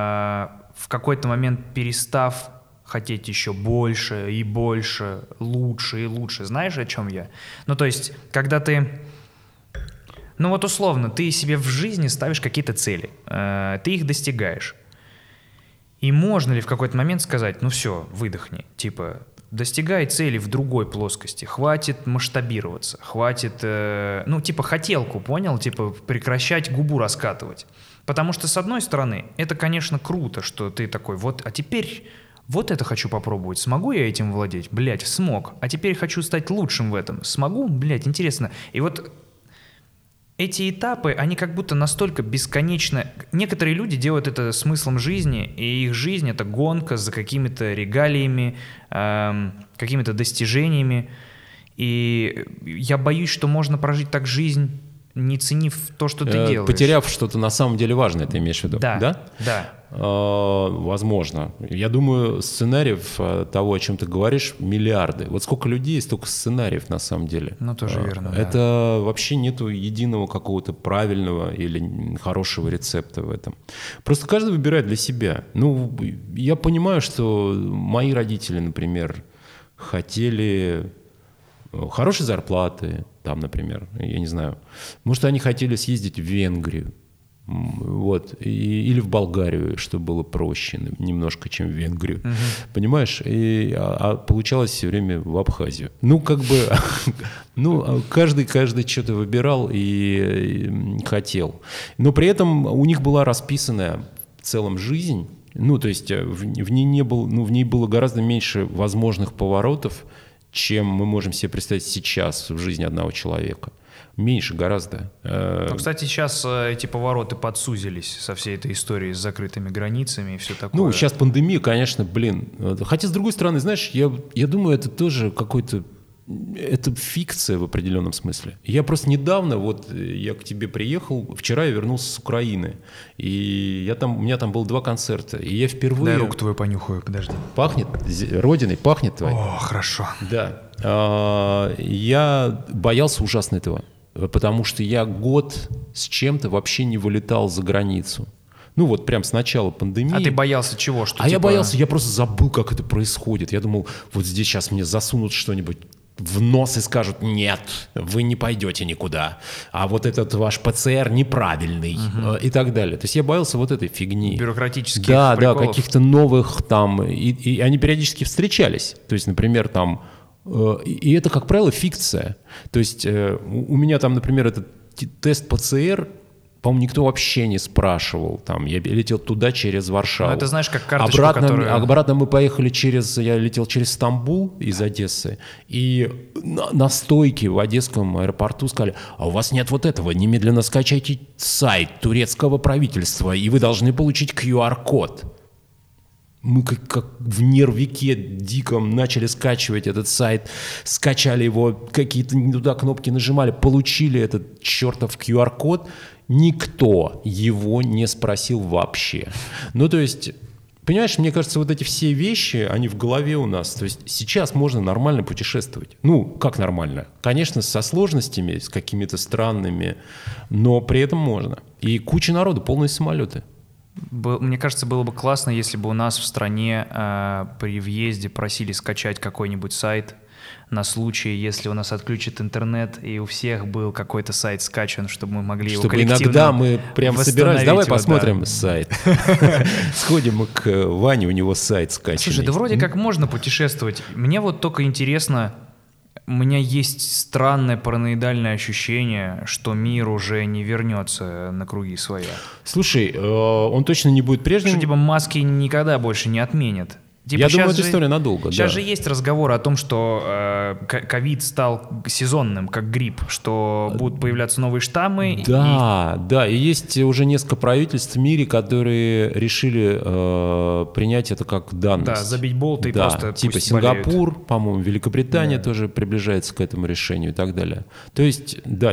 в какой-то момент перестав хотеть еще больше и больше, лучше и лучше. Знаешь, о чем я? Ну, то есть, когда ты... Ну, вот условно, ты себе в жизни ставишь какие-то цели, ты их достигаешь. И можно ли в какой-то момент сказать: ну все, выдохни, типа, достигай цели в другой плоскости, хватит масштабироваться, хватит, хотелку, понял? Типа, прекращать губу раскатывать. Потому что, с одной стороны, это, конечно, круто, что ты такой, вот, а теперь... Вот это хочу попробовать. Смогу я этим владеть? Блядь, смог. А теперь хочу стать лучшим в этом. Смогу? Блядь, интересно. И вот эти этапы, они как будто настолько бесконечно... Некоторые люди делают это смыслом жизни, и их жизнь — это гонка за какими-то регалиями, какими-то достижениями. И я боюсь, что можно прожить так жизнь не ценив то, что ты делаешь. Потеряв что-то на самом деле важное, ты имеешь в виду? Да. Возможно. Я думаю, сценариев того, о чем ты говоришь, миллиарды. Вот сколько людей, столько сценариев на самом деле. Ну, тоже верно. Это вообще нету единого какого-то правильного или хорошего рецепта в этом. Просто каждый выбирает для себя. Ну, я понимаю, что мои родители, например, хотели хорошей зарплаты, там, например, я не знаю. Может, они хотели съездить в Венгрию. Вот, или в Болгарию, что было проще немножко, чем в Венгрию. Понимаешь? А получалось все время в Абхазию. Ну, как бы, каждый что-то выбирал и хотел. Но при этом у них была расписанная в целом жизнь. Ну, то есть в ней было гораздо меньше возможных поворотов, чем мы можем себе представить сейчас в жизни одного человека. Меньше гораздо. Но, кстати, сейчас эти повороты подсузились со всей этой историей с закрытыми границами и все такое. Ну, сейчас пандемия, конечно, блин. Хотя, с другой стороны, знаешь, я думаю, это тоже какой-то... Это фикция в определенном смысле. Я просто недавно, вот я к тебе приехал, вчера я вернулся с Украины, и у меня там было 2 концерта, и я впервые... Дай руку твою понюхаю, подожди. Пахнет? Родиной пахнет твоей? О, хорошо. Да. Я боялся ужасно этого, потому что я год с чем-то вообще не вылетал за границу. Ну вот прям с начала пандемии. А ты боялся чего? Я боялся, я просто забыл, как это происходит. Я думал, вот здесь сейчас мне засунут что-нибудь в нос и скажут: нет, вы не пойдете никуда, а вот этот ваш ПЦР неправильный, и так далее. То есть я боялся вот этой фигни. Бюрократических приколов. Да, каких-то новых там, и они периодически встречались. То есть, например, там, и это, как правило, фикция. То есть у меня там, например, этот тест ПЦР, по-моему, никто вообще не спрашивал. Там, я летел туда через Варшаву. Ну, это знаешь, как карточка, обратно мы поехали я летел через Стамбул из Одессы, и на стойке в одесском аэропорту сказали: а у вас нет вот этого, немедленно скачайте сайт турецкого правительства, и вы должны получить QR-код. Мы как в нервике диком начали скачивать этот сайт, скачали его, какие-то не туда кнопки нажимали, получили этот чертов QR-код. Никто его не спросил вообще. Ну, то есть, понимаешь, мне кажется, вот эти все вещи, они в голове у нас. То есть сейчас можно нормально путешествовать. Ну, как нормально? Конечно, со сложностями, с какими-то странными, но при этом можно. И куча народу, полные самолеты. Мне кажется, было бы классно, если бы у нас в стране при въезде просили скачать какой-нибудь сайт на случай, если у нас отключат интернет, и у всех был какой-то сайт скачан, чтобы мы могли его коллективно чтобы иногда мы прям собирались. Давай его, посмотрим сайт. Сходим мы к Ване, у него сайт скачанный. Слушай, да вроде как можно путешествовать. Мне вот только интересно, у меня есть странное параноидальное ощущение, что мир уже не вернется на круги своя. Слушай, он точно не будет прежним. Что типа маски никогда больше не отменят. Типа, я думаю, эта история надолго. Сейчас же есть разговор о том, что ковид стал сезонным, как грипп, что будут появляться новые штаммы. Да, и есть уже несколько правительств в мире, которые решили принять это как данность. Да, забить болты и просто типа пусть Сингапур, болеют. по-моему, Великобритания тоже приближается к этому решению и так далее. То есть, да,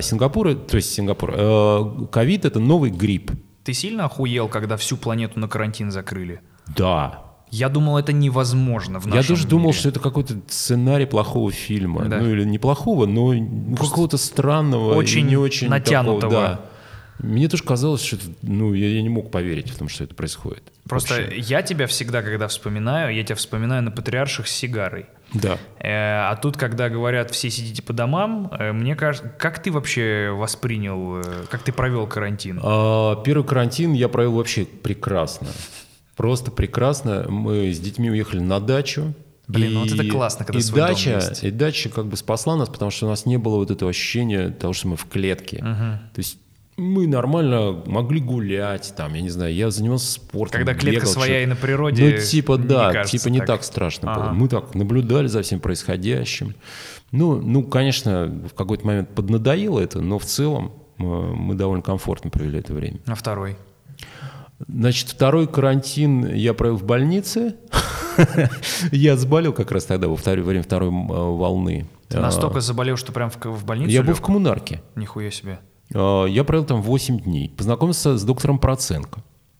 ковид — это новый грипп. Ты сильно охуел, когда всю планету на карантин закрыли? Да. Я думал, это невозможно в нашем Я тоже думал, мире. что это какой-то сценарий плохого фильма. Да. Ну, или не плохого, но какого-то странного. Очень и не очень натянутого. Такого, да. Мне тоже казалось, что я не мог поверить в том, что это происходит. Просто вообще. я тебя всегда, когда вспоминаю, я тебя вспоминаю на Патриарших с сигарой. Да. А тут, когда говорят, все сидите по домам, мне кажется, как ты вообще воспринял, как ты провел карантин? Первый карантин я провел вообще прекрасно. Просто прекрасно. Мы с детьми уехали на дачу. Блин, вот это классно, когда свой дом есть. И дача как бы спасла нас, потому что у нас не было вот этого ощущения того, что мы в клетке. То есть мы нормально могли гулять, там, я не знаю, я занимался спортом. Когда клетка бегал, своя и на природе, ну, типа, да, кажется, типа не так страшно было. Мы так наблюдали за всем происходящим. Ну, конечно, в какой-то момент поднадоело это, но в целом мы довольно комфортно провели это время. А второй? Значит, второй карантин я провел в больнице. Я заболел как раз тогда, во время второй волны. Ты настолько заболел, что прям в больницу Я лег? был в коммунарке. Нихуя себе. Я провел там 8 дней. Познакомился с доктором Проценко.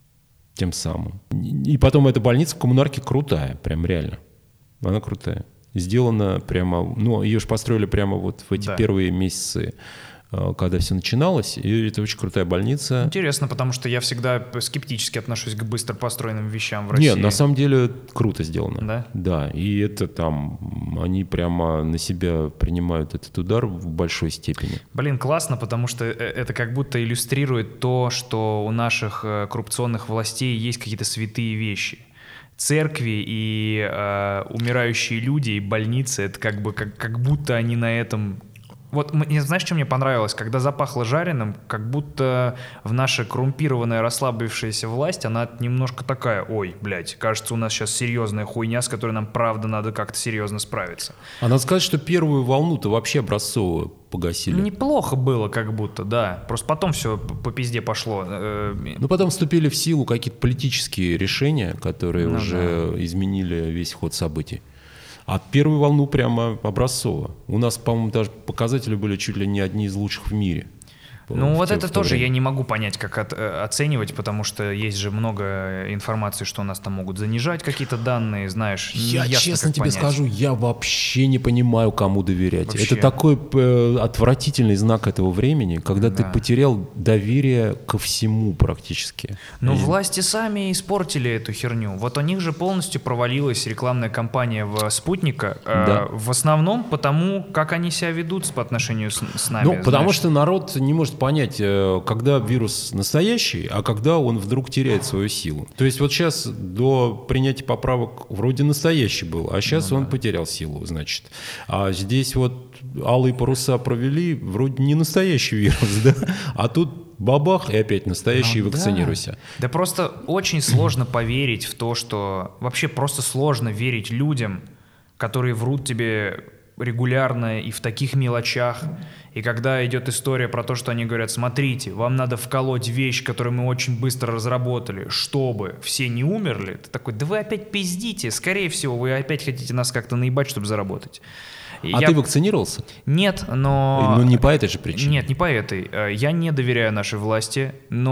Тем самым. И потом эта больница в Коммунарке крутая. Прям реально. Она крутая. Сделана прямо... Ну, ее же построили прямо вот в эти первые месяцы, когда все начиналось. И это очень крутая больница. Интересно, потому что я всегда скептически отношусь к быстро построенным вещам в России. Нет, на самом деле круто сделано. Да? Да, и это там, они прямо на себя принимают этот удар в большой степени. Блин, классно, потому что это как будто иллюстрирует то, что у наших коррупционных властей есть какие-то святые вещи. Церкви и умирающие люди, и больницы, это как будто они на этом... Вот, знаешь, что мне понравилось? Когда запахло жареным, как будто в наша коррумпированная, расслабившаяся власть, она немножко такая: ой, блядь, кажется, у нас сейчас серьезная хуйня, с которой нам, правда, надо как-то серьезно справиться. А надо сказать, что первую волну-то вообще образцовую погасили. Неплохо было как будто, да. Просто потом все по пизде пошло. Ну, потом вступили в силу какие-то политические решения, которые уже изменили весь ход событий. А первую волну прямо образцово. У нас, по-моему, даже показатели были чуть ли не одни из лучших в мире. Ну вот это тоже я не могу понять, как оценивать, потому что есть же много информации, что у нас там могут занижать какие-то данные, знаешь. Я честно тебе скажу, я вообще не понимаю, кому доверять. Вообще. Это такой отвратительный знак этого времени, когда ты потерял доверие ко всему практически. Но власти сами испортили эту херню. Вот у них же полностью провалилась рекламная кампания в «Спутника», в основном потому, как они себя ведут по отношению с нами. Ну, потому что народ не может понять, когда вирус настоящий, а когда он вдруг теряет свою силу. То есть вот сейчас до принятия поправок вроде настоящий был, а сейчас он потерял силу, значит. А здесь вот алые паруса провели, вроде не настоящий вирус, да? А тут бабах, и опять настоящий, вакцинируйся. Да просто очень сложно поверить в то, что... Вообще просто сложно верить людям, которые врут тебе регулярно и в таких мелочах. И когда идет история про то, что они говорят: смотрите, вам надо вколоть вещь, которую мы очень быстро разработали, чтобы все не умерли, ты такой: да вы опять пиздите, скорее всего, вы опять хотите нас как-то наебать, чтобы заработать. Ты вакцинировался? Нет, но... Ну, не по этой же причине? Нет, не по этой. Я не доверяю нашей власти,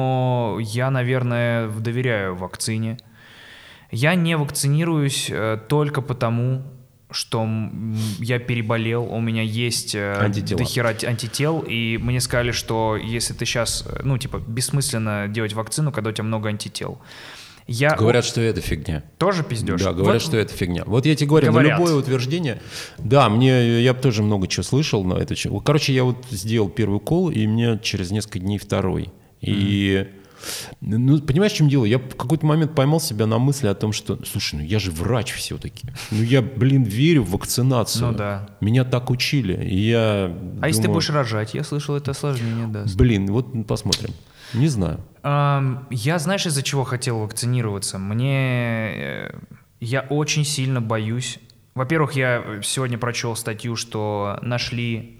но я, наверное, доверяю вакцине. Я не вакцинируюсь только потому, что я переболел, у меня есть дохера антител, и мне сказали, что если ты сейчас, бессмысленно делать вакцину, когда у тебя много антител. Говорят, что это фигня. Тоже пиздешь? Да, говорят, что это фигня. Вот я тебе говорю, на любое утверждение... Да, я тоже много чего слышал на это. Короче, я вот сделал первый укол, и мне через несколько дней второй. И... Ну, понимаешь, в чем дело? Я в какой-то момент поймал себя на мысли о том, что, слушай, я же врач все-таки. Я, верю в вакцинацию. Ну да. Меня так учили. И я думаю, если ты будешь рожать? Я слышал, это осложнение даст. Вот посмотрим. Не знаю. Я, знаешь, из-за чего хотел вакцинироваться? Я очень сильно боюсь. Во-первых, я сегодня прочел статью, что нашли...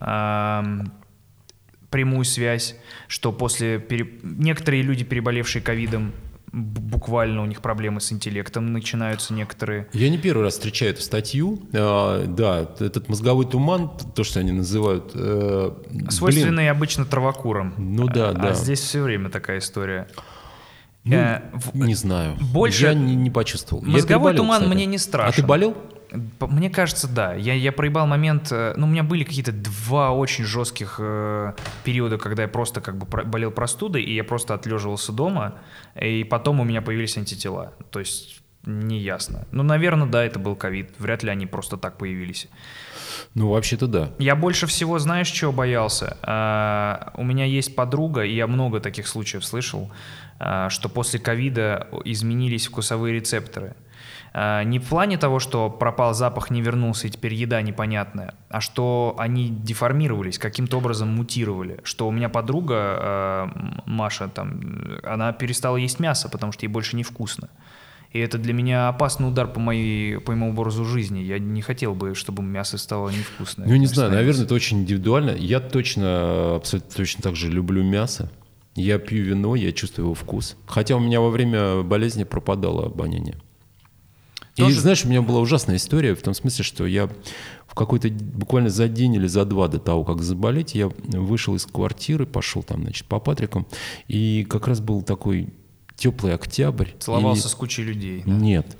прямую связь, что некоторые люди, переболевшие ковидом, буквально у них проблемы с интеллектом начинаются некоторые. Я не первый раз встречаю эту статью. Да, этот мозговой туман, то, что они называют... свойственный обычно травокурам. Ну да. А здесь все время такая история. Не знаю. Больше... Я не почувствовал. Мозговой туман мне не страшен. А ты болел? Мне кажется, да. Я проебал момент... у меня были какие-то 2 очень жестких периода, когда я просто болел простудой, и я просто отлеживался дома, и потом у меня появились антитела. То есть неясно. Наверное, да, это был ковид. Вряд ли они просто так появились. Вообще-то да. Я больше всего, знаешь, чего боялся? У меня есть подруга, и я много таких случаев слышал, что после ковида изменились вкусовые рецепторы. Не в плане того, что пропал запах, не вернулся, и теперь еда непонятная, а что они деформировались, каким-то образом мутировали. Что у меня подруга, Маша, она перестала есть мясо, потому что ей больше невкусно. И это для меня опасный удар по моему образу жизни. Я не хотел бы, чтобы мясо стало невкусное. Не знаю, наверное, это очень индивидуально. Я абсолютно точно так же люблю мясо. Я пью вино, я чувствую его вкус. Хотя у меня во время болезни пропадало обоняние. И знаешь, у меня была ужасная история в том смысле, что я в какой-то буквально за день или за два до того, как заболеть, я вышел из квартиры, пошел там, значит, по Патрикам, и как раз был такой теплый октябрь. Целовался с кучей людей. Да? Нет.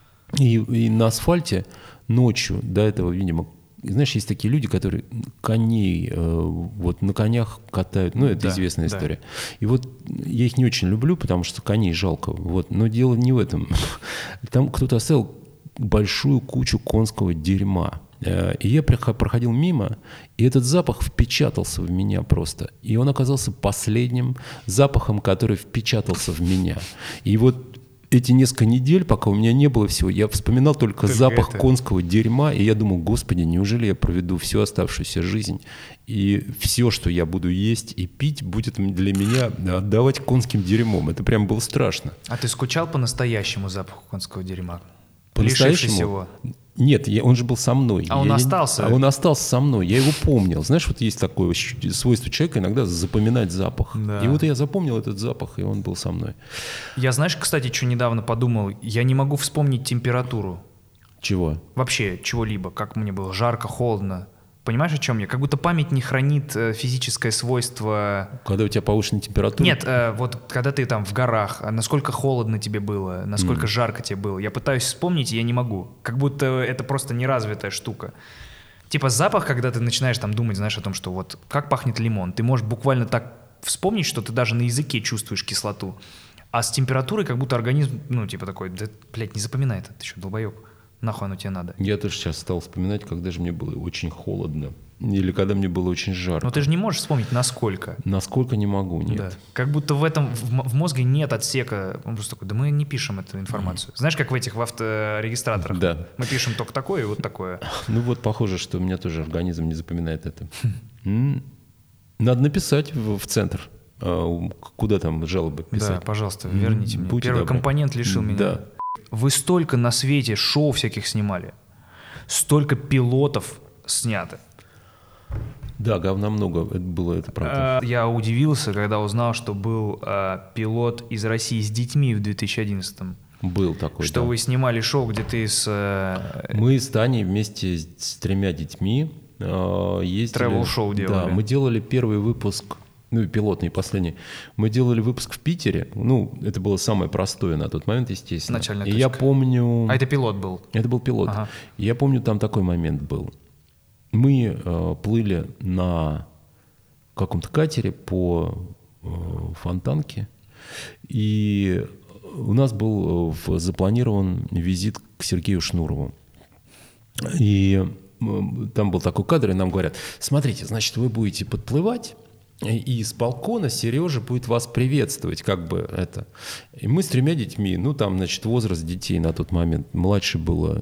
И на асфальте ночью до этого, видимо, знаешь, есть такие люди, которые коней вот на конях катают. Ну, это известная история. И вот я их не очень люблю, потому что коней жалко. Вот. Но дело не в этом. Там кто-то оставил большую кучу конского дерьма. И я проходил мимо, и этот запах впечатался в меня просто. И он оказался последним запахом, который впечатался в меня. И вот эти несколько недель, пока у меня не было всего, я вспоминал только запах конского дерьма, и я думал, господи, неужели я проведу всю оставшуюся жизнь, и все, что я буду есть и пить, будет для меня отдавать конским дерьмом. Это прям было страшно. А ты скучал по настоящему запаху конского дерьма? По-настоящему? Его? Нет, он же был со мной. А он остался? Он остался со мной, я его помнил. Знаешь, вот есть такое свойство человека иногда запоминать запах. Да. И вот я запомнил этот запах, и он был со мной. Я, знаешь, кстати, что недавно подумал, я не могу вспомнить температуру. Чего? Вообще, чего-либо, как мне было жарко, холодно. Понимаешь, о чем я? Как будто память не хранит физическое свойство... Когда у тебя повышенная температура? Нет, вот когда ты там в горах, насколько холодно тебе было, насколько жарко тебе было. Я пытаюсь вспомнить, и я не могу. Как будто это просто неразвитая штука. Типа запах, когда ты начинаешь там думать, знаешь, о том, что вот как пахнет лимон. Ты можешь буквально так вспомнить, что ты даже на языке чувствуешь кислоту. А с температурой как будто организм, ну, типа такой, да, блядь, не запоминай это, ты что, долбоеб? Нахуй оно тебе надо? Я тоже сейчас стал вспоминать, когда же мне было очень холодно. Или когда мне было очень жарко. Но ты же не можешь вспомнить, насколько. Насколько не могу, нет. Да. Как будто в мозге нет отсека. Он просто такой, да мы не пишем эту информацию. Знаешь, как в этих в авторегистраторах? Да. Мы пишем только такое и вот такое. Ну вот, похоже, что у меня тоже организм не запоминает это. Надо написать в центр. Куда там жалобы писать? Да, пожалуйста, верните мне. Будьте Первый добры. компонент лишил меня. Да. Вы столько на свете шоу всяких снимали. Столько пилотов снято. Да, говна много, это было, это правда. Я удивился, когда узнал, что был пилот из России с детьми в 2011-м. Был такой, Что да. вы снимали шоу, где ты с... Мы с Таней вместе с 3 детьми ездили... Тревел-шоу делали. Да, мы делали первый выпуск, ну и пилотный, последний. Мы делали выпуск в Питере. Ну, это было самое простое на тот момент, естественно. Начальная И точка. я помню... А это пилот был? Это был пилот. Ага. И я помню, там такой момент был. Мы плыли на каком-то катере по Фонтанке, и у нас был запланирован визит к Сергею Шнурову. И там был такой кадр, и нам говорят, смотрите, значит, вы будете подплывать, и с балкона Сережа будет вас приветствовать, как бы это. И мы с 3 детьми, ну там, значит, возраст детей на тот момент, младше было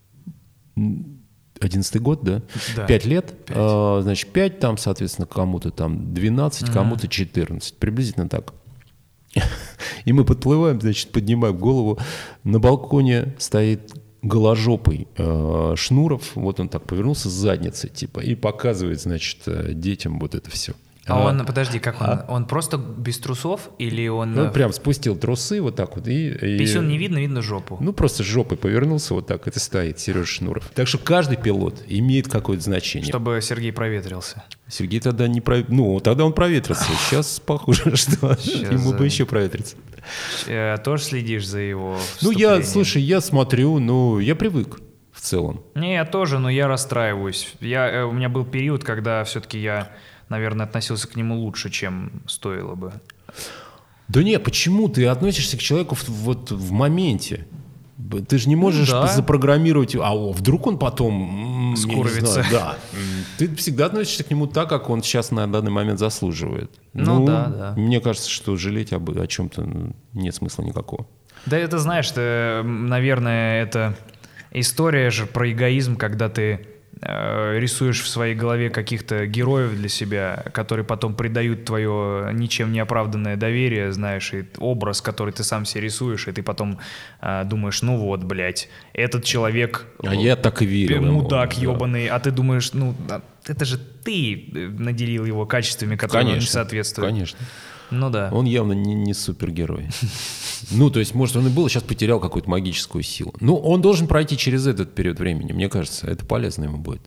11-й год, да? Да. 5 лет. 5. Значит, 5 там, соответственно, кому-то там 12, кому-то 14. Приблизительно так. И мы подплываем, значит, поднимаем голову. На балконе стоит голожопый Шнуров. Вот он так повернулся с задницей, типа, и показывает, значит, детям вот это все. А он, подожди, как он? Он просто без трусов или он... Он прям спустил трусы вот так вот. И писюн не видно, видно жопу. Ну, просто жопой повернулся вот так, это стоит Сережа Шнуров. Так что каждый пилот имеет какое-то значение. Чтобы Сергей проветрился. Сергей тогда не Ну, тогда он проветрился. Сейчас похоже, что ему бы еще проветриться. Тоже следишь за его Ну, слушай, я смотрю, ну, я привык в целом. Не, я тоже, но я расстраиваюсь. У меня был период, когда все-таки я, наверное, относился к нему лучше, чем стоило бы. Да нет, почему? Ты относишься к человеку вот в моменте. Ты же не можешь запрограммировать, вдруг он потом... скуровится. Да. Ты всегда относишься к нему так, как он сейчас на данный момент заслуживает. Да. Мне кажется, что жалеть о чем-то нет смысла никакого. Да это, знаешь, наверное, это история же про эгоизм, когда ты рисуешь в своей голове каких-то героев для себя, которые потом придают твое ничем не оправданное доверие, знаешь, и образ, который ты сам себе рисуешь, и ты потом думаешь, ну вот, блядь, этот человек... А я так и верил мудак ему, ебаный, а ты думаешь, это же ты наделил его качествами, которые ему не соответствуют. Конечно. Ну да. Он явно не супергерой. Ну, то есть, может, он и был, а сейчас потерял какую-то магическую силу. Ну, он должен пройти через этот период времени, мне кажется, это полезно ему будет.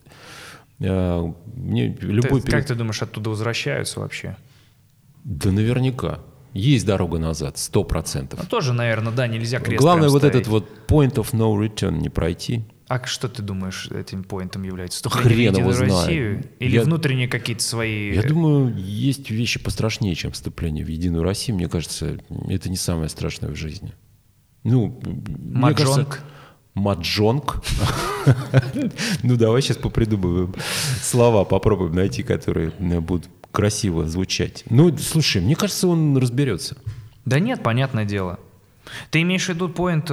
Как ты думаешь, оттуда возвращаются вообще? Да наверняка. Есть дорога назад, 100%. Ну, тоже, наверное, да, нельзя крест Главное прям вот ставить. этот вот point of no return не пройти. А что ты думаешь этим поинтом является? Хрен его знает. Россию? Или внутренние какие-то свои... Я думаю, есть вещи пострашнее, чем вступление в Единую Россию. Мне кажется, это не самое страшное в жизни. Ну, мне кажется... Маджонг. Ну, давай сейчас попридумываем слова, попробуем найти, которые будут красиво звучать. Ну, слушай, мне кажется, он разберется. Да нет, понятное дело. Ты имеешь в виду поинт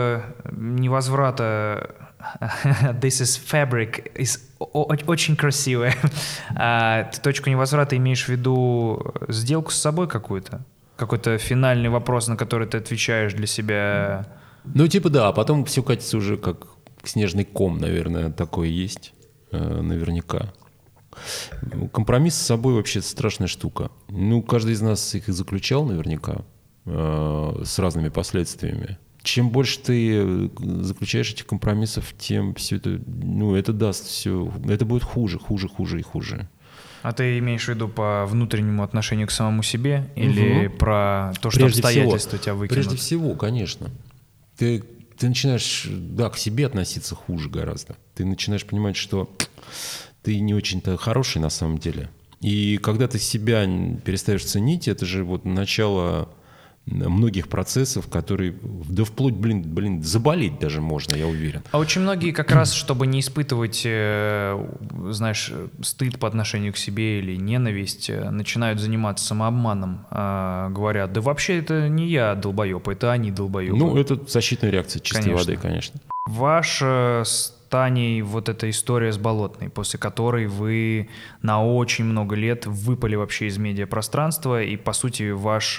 невозврата «This is fabric» очень красивая. Ты точку невозврата имеешь в виду сделку с собой какую-то? Какой-то финальный вопрос, на который ты отвечаешь для себя? Ну, типа да, а потом все катится уже как снежный ком, наверное, такое есть. Наверняка. Компромисс с собой вообще страшная штука. Ну, каждый из нас их и заключал наверняка с разными последствиями. Чем больше ты заключаешь этих компромиссов, тем все это, ну, это даст все, это будет хуже и хуже. А ты имеешь в виду по внутреннему отношению к самому себе или про то, что обстоятельства тебя выкинут? Прежде всего, конечно. Ты начинаешь, да, к себе относиться хуже гораздо. Ты начинаешь понимать, что ты не очень-то хороший на самом деле. И когда ты себя перестаешь ценить, это же вот начало многих процессов, которые, да вплоть, блин, заболеть даже можно, я уверен. А очень многие как раз, чтобы не испытывать, знаешь, стыд по отношению к себе или ненависть, начинают заниматься самообманом. Говорят, да вообще это не я долбоеб, это они долбоебы. Ну, это защитная реакция чистой воды, конечно. Ваша с Таней вот эта история с Болотной, после которой вы на очень много лет выпали вообще из медиапространства, и, по сути, ваш...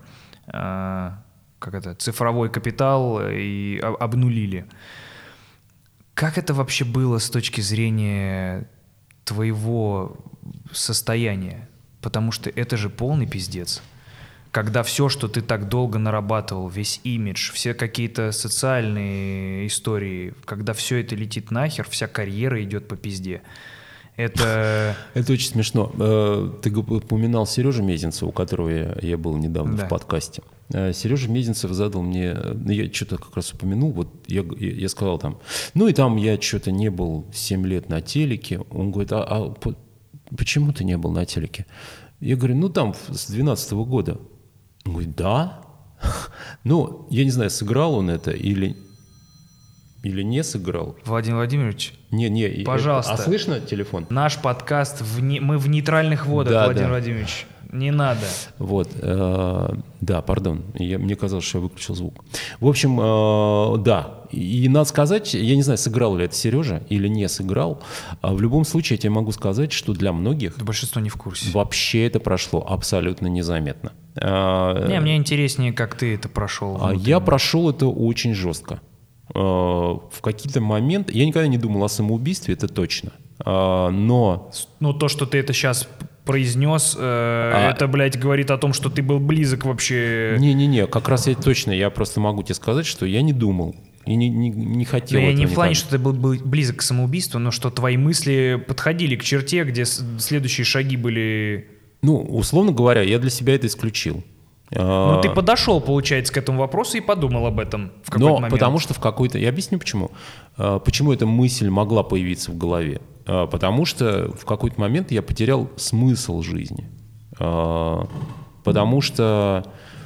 цифровой капитал и обнулили. Как это вообще было с точки зрения твоего состояния? Потому что это же полный пиздец. Когда все, что ты так долго нарабатывал, весь имидж, все какие-то социальные истории, когда все это летит нахер, вся карьера идет по пизде. Это очень смешно. Ты упоминал Сережу Мезенцева, у которого я был недавно в подкасте. Сережа Мезенцев задал мне, я что-то как раз упомянул, вот я сказал там, ну и там я что-то не был 7 лет на телеке. Он говорит, а почему ты не был на телеке? Я говорю, ну там с 2012 года. Он говорит, да? Ну, я не знаю, сыграл он это или не сыграл. Владимир Владимирович, не, пожалуйста. А слышно телефон? Наш подкаст, мы в нейтральных водах, да, Владимир да. Владимирович. Не надо. Вот, да, пардон, мне казалось, что я выключил звук. В общем, да, и надо сказать, я не знаю, сыграл ли это Сережа или не сыграл, в любом случае я тебе могу сказать, что для многих... Да большинство не в курсе. Вообще это прошло абсолютно незаметно. Мне интереснее, как ты это прошел. Я прошел это очень жестко. В какие-то моменты... Я никогда не думал о самоубийстве, это точно. Но... Ну, то, что ты это сейчас произнес, это, блядь, говорит о том, что ты был близок вообще... Не-не-не, как раз я просто могу тебе сказать, что я не думал и не хотел этого. Я не в плане, никогда. что ты был близок к самоубийству, но что твои мысли подходили к черте, где следующие шаги были... Ну, условно говоря, я для себя это исключил. Ну, ты подошел, получается, к этому вопросу и подумал об этом в какой-то момент. Потому что в какой-то... Я объясню, почему. Почему эта мысль могла появиться в голове. Потому что в какой-то момент я потерял смысл жизни. Потому что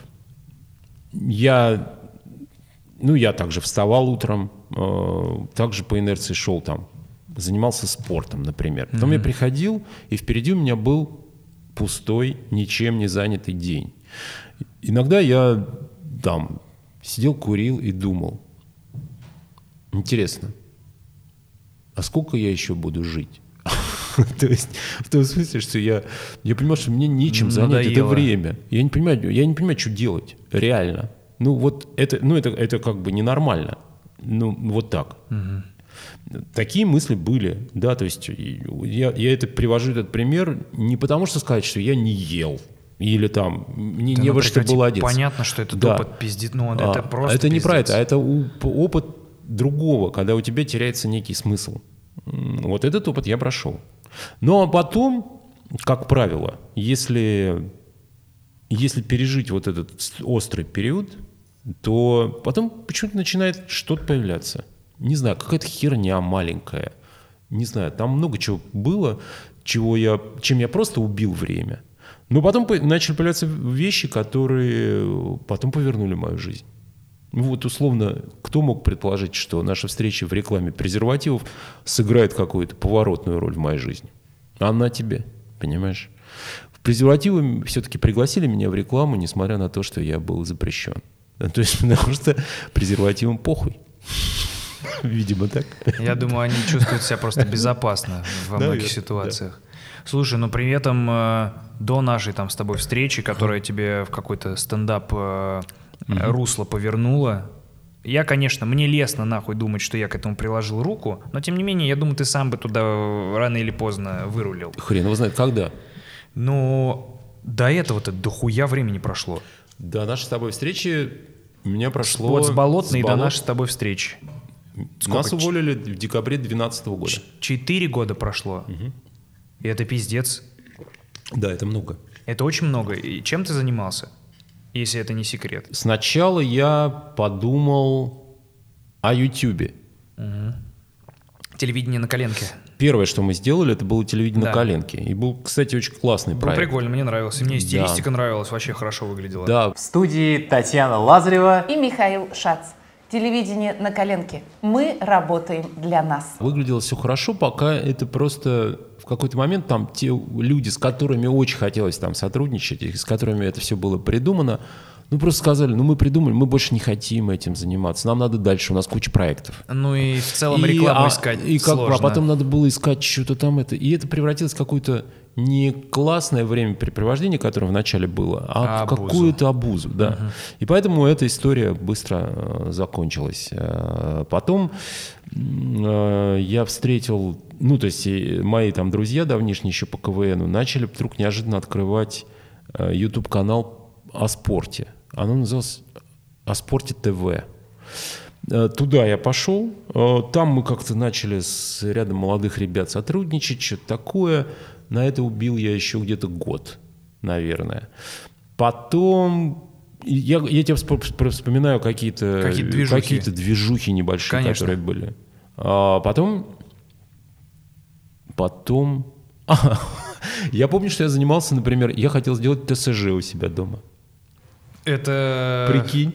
я также вставал утром, также по инерции шел там, занимался спортом, например. Потом я приходил, и впереди у меня был пустой, ничем не занятый день. Иногда я там сидел, курил и думал, интересно, а сколько я еще буду жить? То есть в том смысле, что я понимал, что мне нечем занять это время. Я не понимаю, что делать, реально. Ну вот это как бы ненормально. Ну вот так. Такие мысли были, да, то есть я привожу этот пример не потому, что сказать, что я не ел, Или там не Да ну во что прекрати, было одеться. понятно, что этот Да. опыт пиздит, ну это просто Это не про пиздец. это, а это опыт другого, когда у тебя теряется некий смысл. Вот этот опыт я прошел. Ну а потом, как правило, если пережить вот этот острый период, то потом почему-то начинает что-то появляться. Не знаю, какая-то херня маленькая. Не знаю, там много чего было, чем я просто убил время. Но потом начали появляться вещи, которые потом повернули мою жизнь. Вот условно, кто мог предположить, что наша встреча в рекламе презервативов сыграет какую-то поворотную роль в моей жизни? Она тебе, понимаешь? Презервативы все-таки пригласили меня в рекламу, несмотря на то, что я был запрещен. То есть, потому что презервативам похуй. Видимо, так. Я думаю, они чувствуют себя просто безопасно во многих ситуациях. Слушай, ну при этом до нашей там с тобой встречи, которая тебе в какой-то стендап русло повернула, мне лестно нахуй думать, что я к этому приложил руку, но тем не менее, я думаю, ты сам бы туда рано или поздно вырулил. Хрен его знает, когда. Но до этого-то дохуя времени прошло. До нашей с тобой встречи у меня прошло... Вот с Болотной до нашей с тобой встречи. Нас уволили в декабре 2012 года. 4 года прошло. И это пиздец. Да, это много. Это очень много. И чем ты занимался, если это не секрет? Сначала я подумал о Ютубе. Телевидение на коленке. Первое, что мы сделали, это было телевидение Да. на коленке. И был, кстати, очень классный Был проект. прикольно, мне нравился. Мне стилистика нравилась, вообще хорошо выглядела. Да, В студии Татьяна Лазарева. И Михаил Шац. Телевидение на коленке. Мы работаем для нас. выглядело все хорошо, пока это просто в какой-то момент там те люди, с которыми очень хотелось там сотрудничать, и с которыми это все было придумано, просто сказали, мы придумали, мы больше не хотим этим заниматься, нам надо дальше, у нас куча проектов. Ну и в целом рекламу искать сложно. А потом надо было искать что-то там и это превратилось в какое-то не классное времяпрепровождение, которое вначале было, а в какую-то обузу, да. И поэтому эта история быстро закончилась. Потом я встретил, то есть мои там друзья давнишние еще по КВНу начали вдруг неожиданно открывать YouTube-канал о спорте. Оно называлось «О спорте ТВ». Туда я пошел, там мы как-то начали с рядом молодых ребят сотрудничать, что-то такое. На это убил я еще где-то год, наверное. Потом я тебе вспоминаю какие-то движухи небольшие, Конечно. которые были. Потом я помню, что я занимался, например, я хотел сделать ТСЖ у себя дома. Это... Прикинь.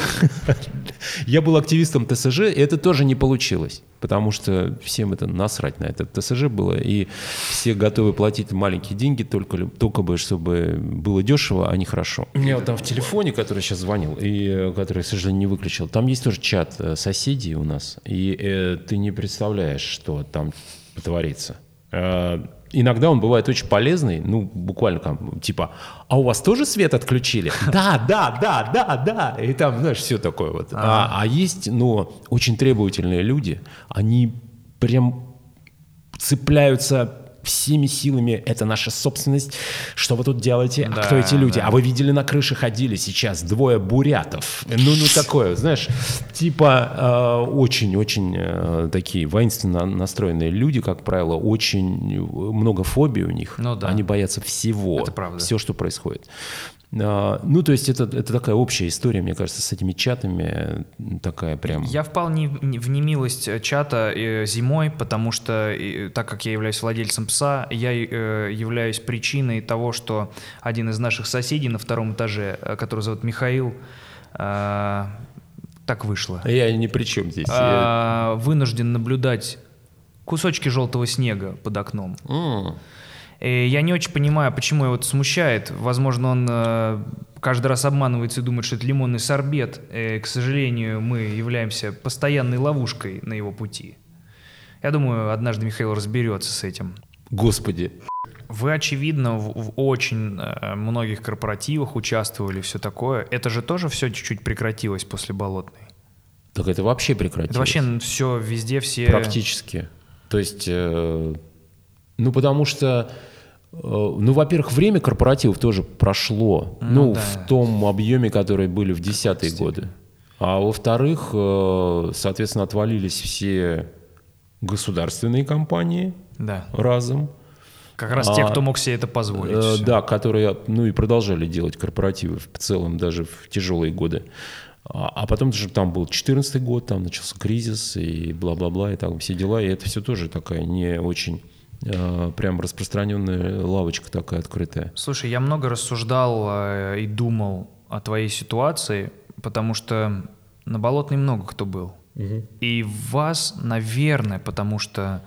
Я был активистом ТСЖ, и это тоже не получилось, потому что всем это насрать на это ТСЖ было, и все готовы платить маленькие деньги, только бы, чтобы было дешево, а не хорошо. У меня вот там в телефоне, который сейчас звонил, и который, к сожалению, не выключил, там есть тоже чат соседей у нас, и ты не представляешь, что там творится. Иногда он бывает очень полезный, буквально там, типа, а у вас тоже свет отключили? Да. И там, знаешь, все такое вот. А есть, очень требовательные люди, они прям цепляются всеми силами, это наша собственность, что вы тут делаете, Да, кто эти люди? да. А вы видели, на крыше ходили сейчас 2 бурятов. Такое, знаешь, типа очень-очень такие воинственно настроенные люди, как правило, очень много фобий у них. Ну да. Они боятся всего, Это правда. все, что происходит. То есть это такая общая история, мне кажется, с этими чатами, такая прям... Я впал в немилость чата зимой, потому что, так как я являюсь владельцем пса, я являюсь причиной того, что один из наших соседей на 2-м этаже, который зовут Михаил, так вышло, Я ни при чем здесь. вынужден наблюдать кусочки желтого снега под окном. И я не очень понимаю, почему его это смущает. Возможно, он каждый раз обманывается и думает, что это лимонный сорбет. К сожалению, мы являемся постоянной ловушкой на его пути. Я думаю, однажды Михаил разберется с этим. Господи. Вы, очевидно, в очень многих корпоративах участвовали, все такое. Это же тоже все чуть-чуть прекратилось после Болотной? Так это вообще прекратилось. Это вообще все везде, все... Практически. То есть, потому что Ну, во-первых, время корпоративов тоже прошло, Ну да. в том объеме, которые были в 10-е годы. А во-вторых, соответственно, отвалились все государственные компании Да. разом. Как раз те, кто мог себе это позволить. Всё. Да, которые, и продолжали делать корпоративы в целом, даже в тяжелые годы. А потом же там был 14-й год, там начался кризис и бла-бла-бла, и там все дела. И это все тоже такая не очень прям распространенная лавочка такая открытая. Слушай, я много рассуждал и думал о твоей ситуации, потому что на Болотной много кто был. И вас, наверное, потому что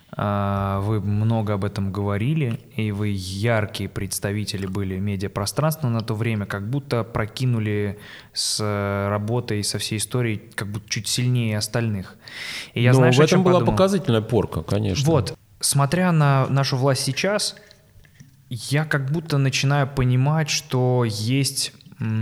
вы много об этом говорили, и вы яркие представители были медиапространства на то время, как будто прокинули с работой, со всей историей, как будто чуть сильнее остальных. И я, Но знаешь, в о этом чем была подумал? показательная порка, конечно. Вот, смотря на нашу власть сейчас, я как будто начинаю понимать, что есть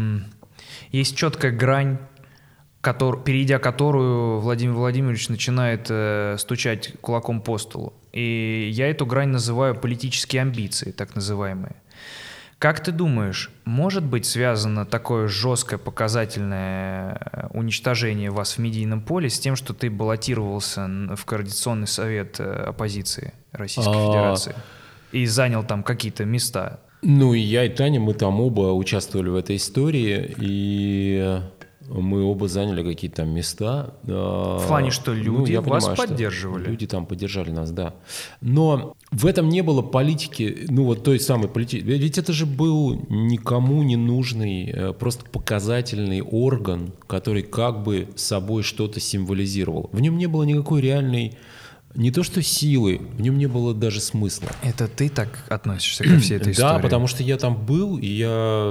четкая грань, перейдя которую Владимир Владимирович начинает стучать кулаком по столу. И я эту грань называю политические амбиции, так называемые. Как ты думаешь, может быть связано такое жесткое показательное уничтожение вас в медийном поле с тем, что ты баллотировался в Координационный совет оппозиции Российской Федерации и занял там какие-то места? Ну и я, и Таня, мы там оба участвовали в этой истории, и мы оба заняли какие-то там места. В плане, что люди я вас понимаю, что поддерживали. Люди там поддержали нас, да. Но в этом не было политики, той самой политики. Ведь это же был никому не нужный, просто показательный орган, который как бы собой что-то символизировал. В нем не было никакой реальной, не то что силы, в нем не было даже смысла. Это ты так относишься ко всей этой истории? Да, потому что я там был, и я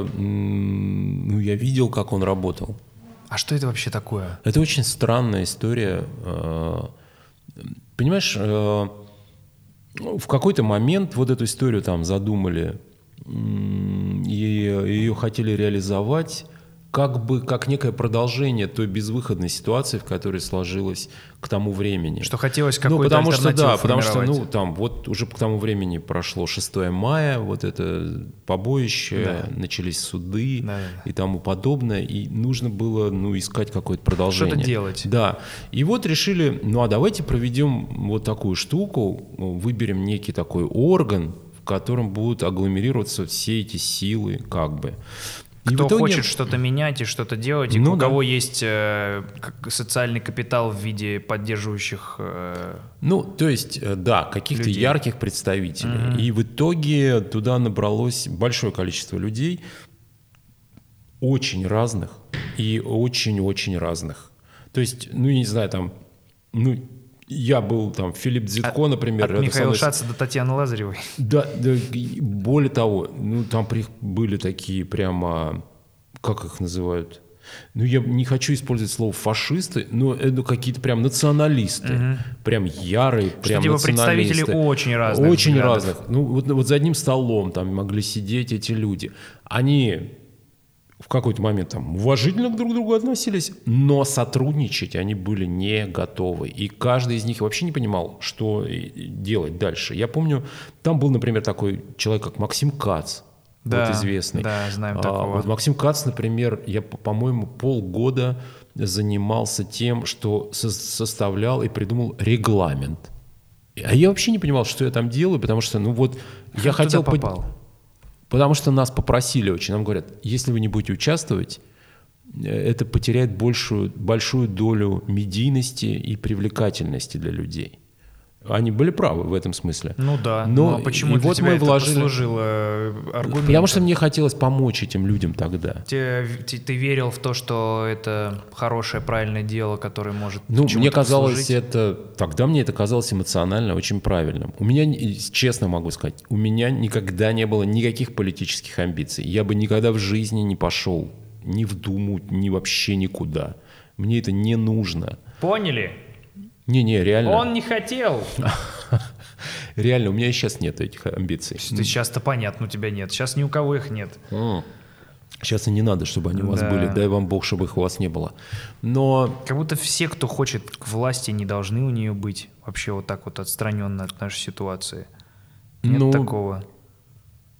видел, как он работал. А что это вообще такое? Это очень странная история. Понимаешь, в какой-то момент вот эту историю там задумали, и ее хотели реализовать как некое продолжение той безвыходной ситуации, в которой сложилась к тому времени. Что хотелось какую-то альтернативу потому что формировать. там вот уже к тому времени прошло 6 мая, вот это побоище, начались суды и тому подобное, и нужно было искать какое-то продолжение. Что-то делать. Да. И вот решили, а давайте проведем вот такую штуку, выберем некий такой орган, в котором будут агломерироваться все эти силы как бы. Кто хочет что-то менять и что-то делать, и у кого есть социальный капитал в виде поддерживающих то есть, каких-то людей. ярких представителей. И в итоге туда набралось большое количество людей, очень разных и очень-очень разных. То есть, я не знаю, там, я был там, Филипп Дзитко, например. От Михаила Шаца до Татьяны Лазаревой. Да, более того, там были такие прямо, как их называют? Я не хочу использовать слово фашисты, но это какие-то прям националисты, прям ярые, прям что, националисты. Представители очень разных Очень взглядов. разных. Вот за одним столом там могли сидеть эти люди. Они в какой-то момент там уважительно друг к другу относились, но сотрудничать они были не готовы. И каждый из них вообще не понимал, что делать дальше. Я помню, там был, например, такой человек, как Максим Кац, да, известный. Да, знаем такого. Вот Максим Кац, например, я, по-моему, полгода занимался тем, что составлял и придумал регламент. А я вообще не понимал, что я там делаю, потому что, я хотел... попал? Потому что нас попросили очень. Нам говорят, если вы не будете участвовать, это потеряет большую долю медийности и привлекательности для людей. Они были правы в этом смысле. Ну да, но почему для тебя это послужило аргументом? Потому что мне хотелось помочь этим людям тогда. Ты верил в то, что это хорошее, правильное дело, которое может мне казалось послужить? Тогда мне это казалось эмоционально очень правильным. У меня, честно могу сказать, у меня никогда не было никаких политических амбиций. Я бы никогда в жизни не пошел ни в Думу, ни вообще никуда. Мне это не нужно. Поняли? Не, реально. Он не хотел. Реально, у меня и сейчас нет этих амбиций. Сейчас-то понятно, у тебя нет. Сейчас ни у кого их нет. Сейчас и не надо, чтобы они у вас были. Дай вам Бог, чтобы их у вас не было. Но... Как будто все, кто хочет к власти, не должны у нее быть. Вообще вот так вот отстраненно от нашей ситуации. Нет такого.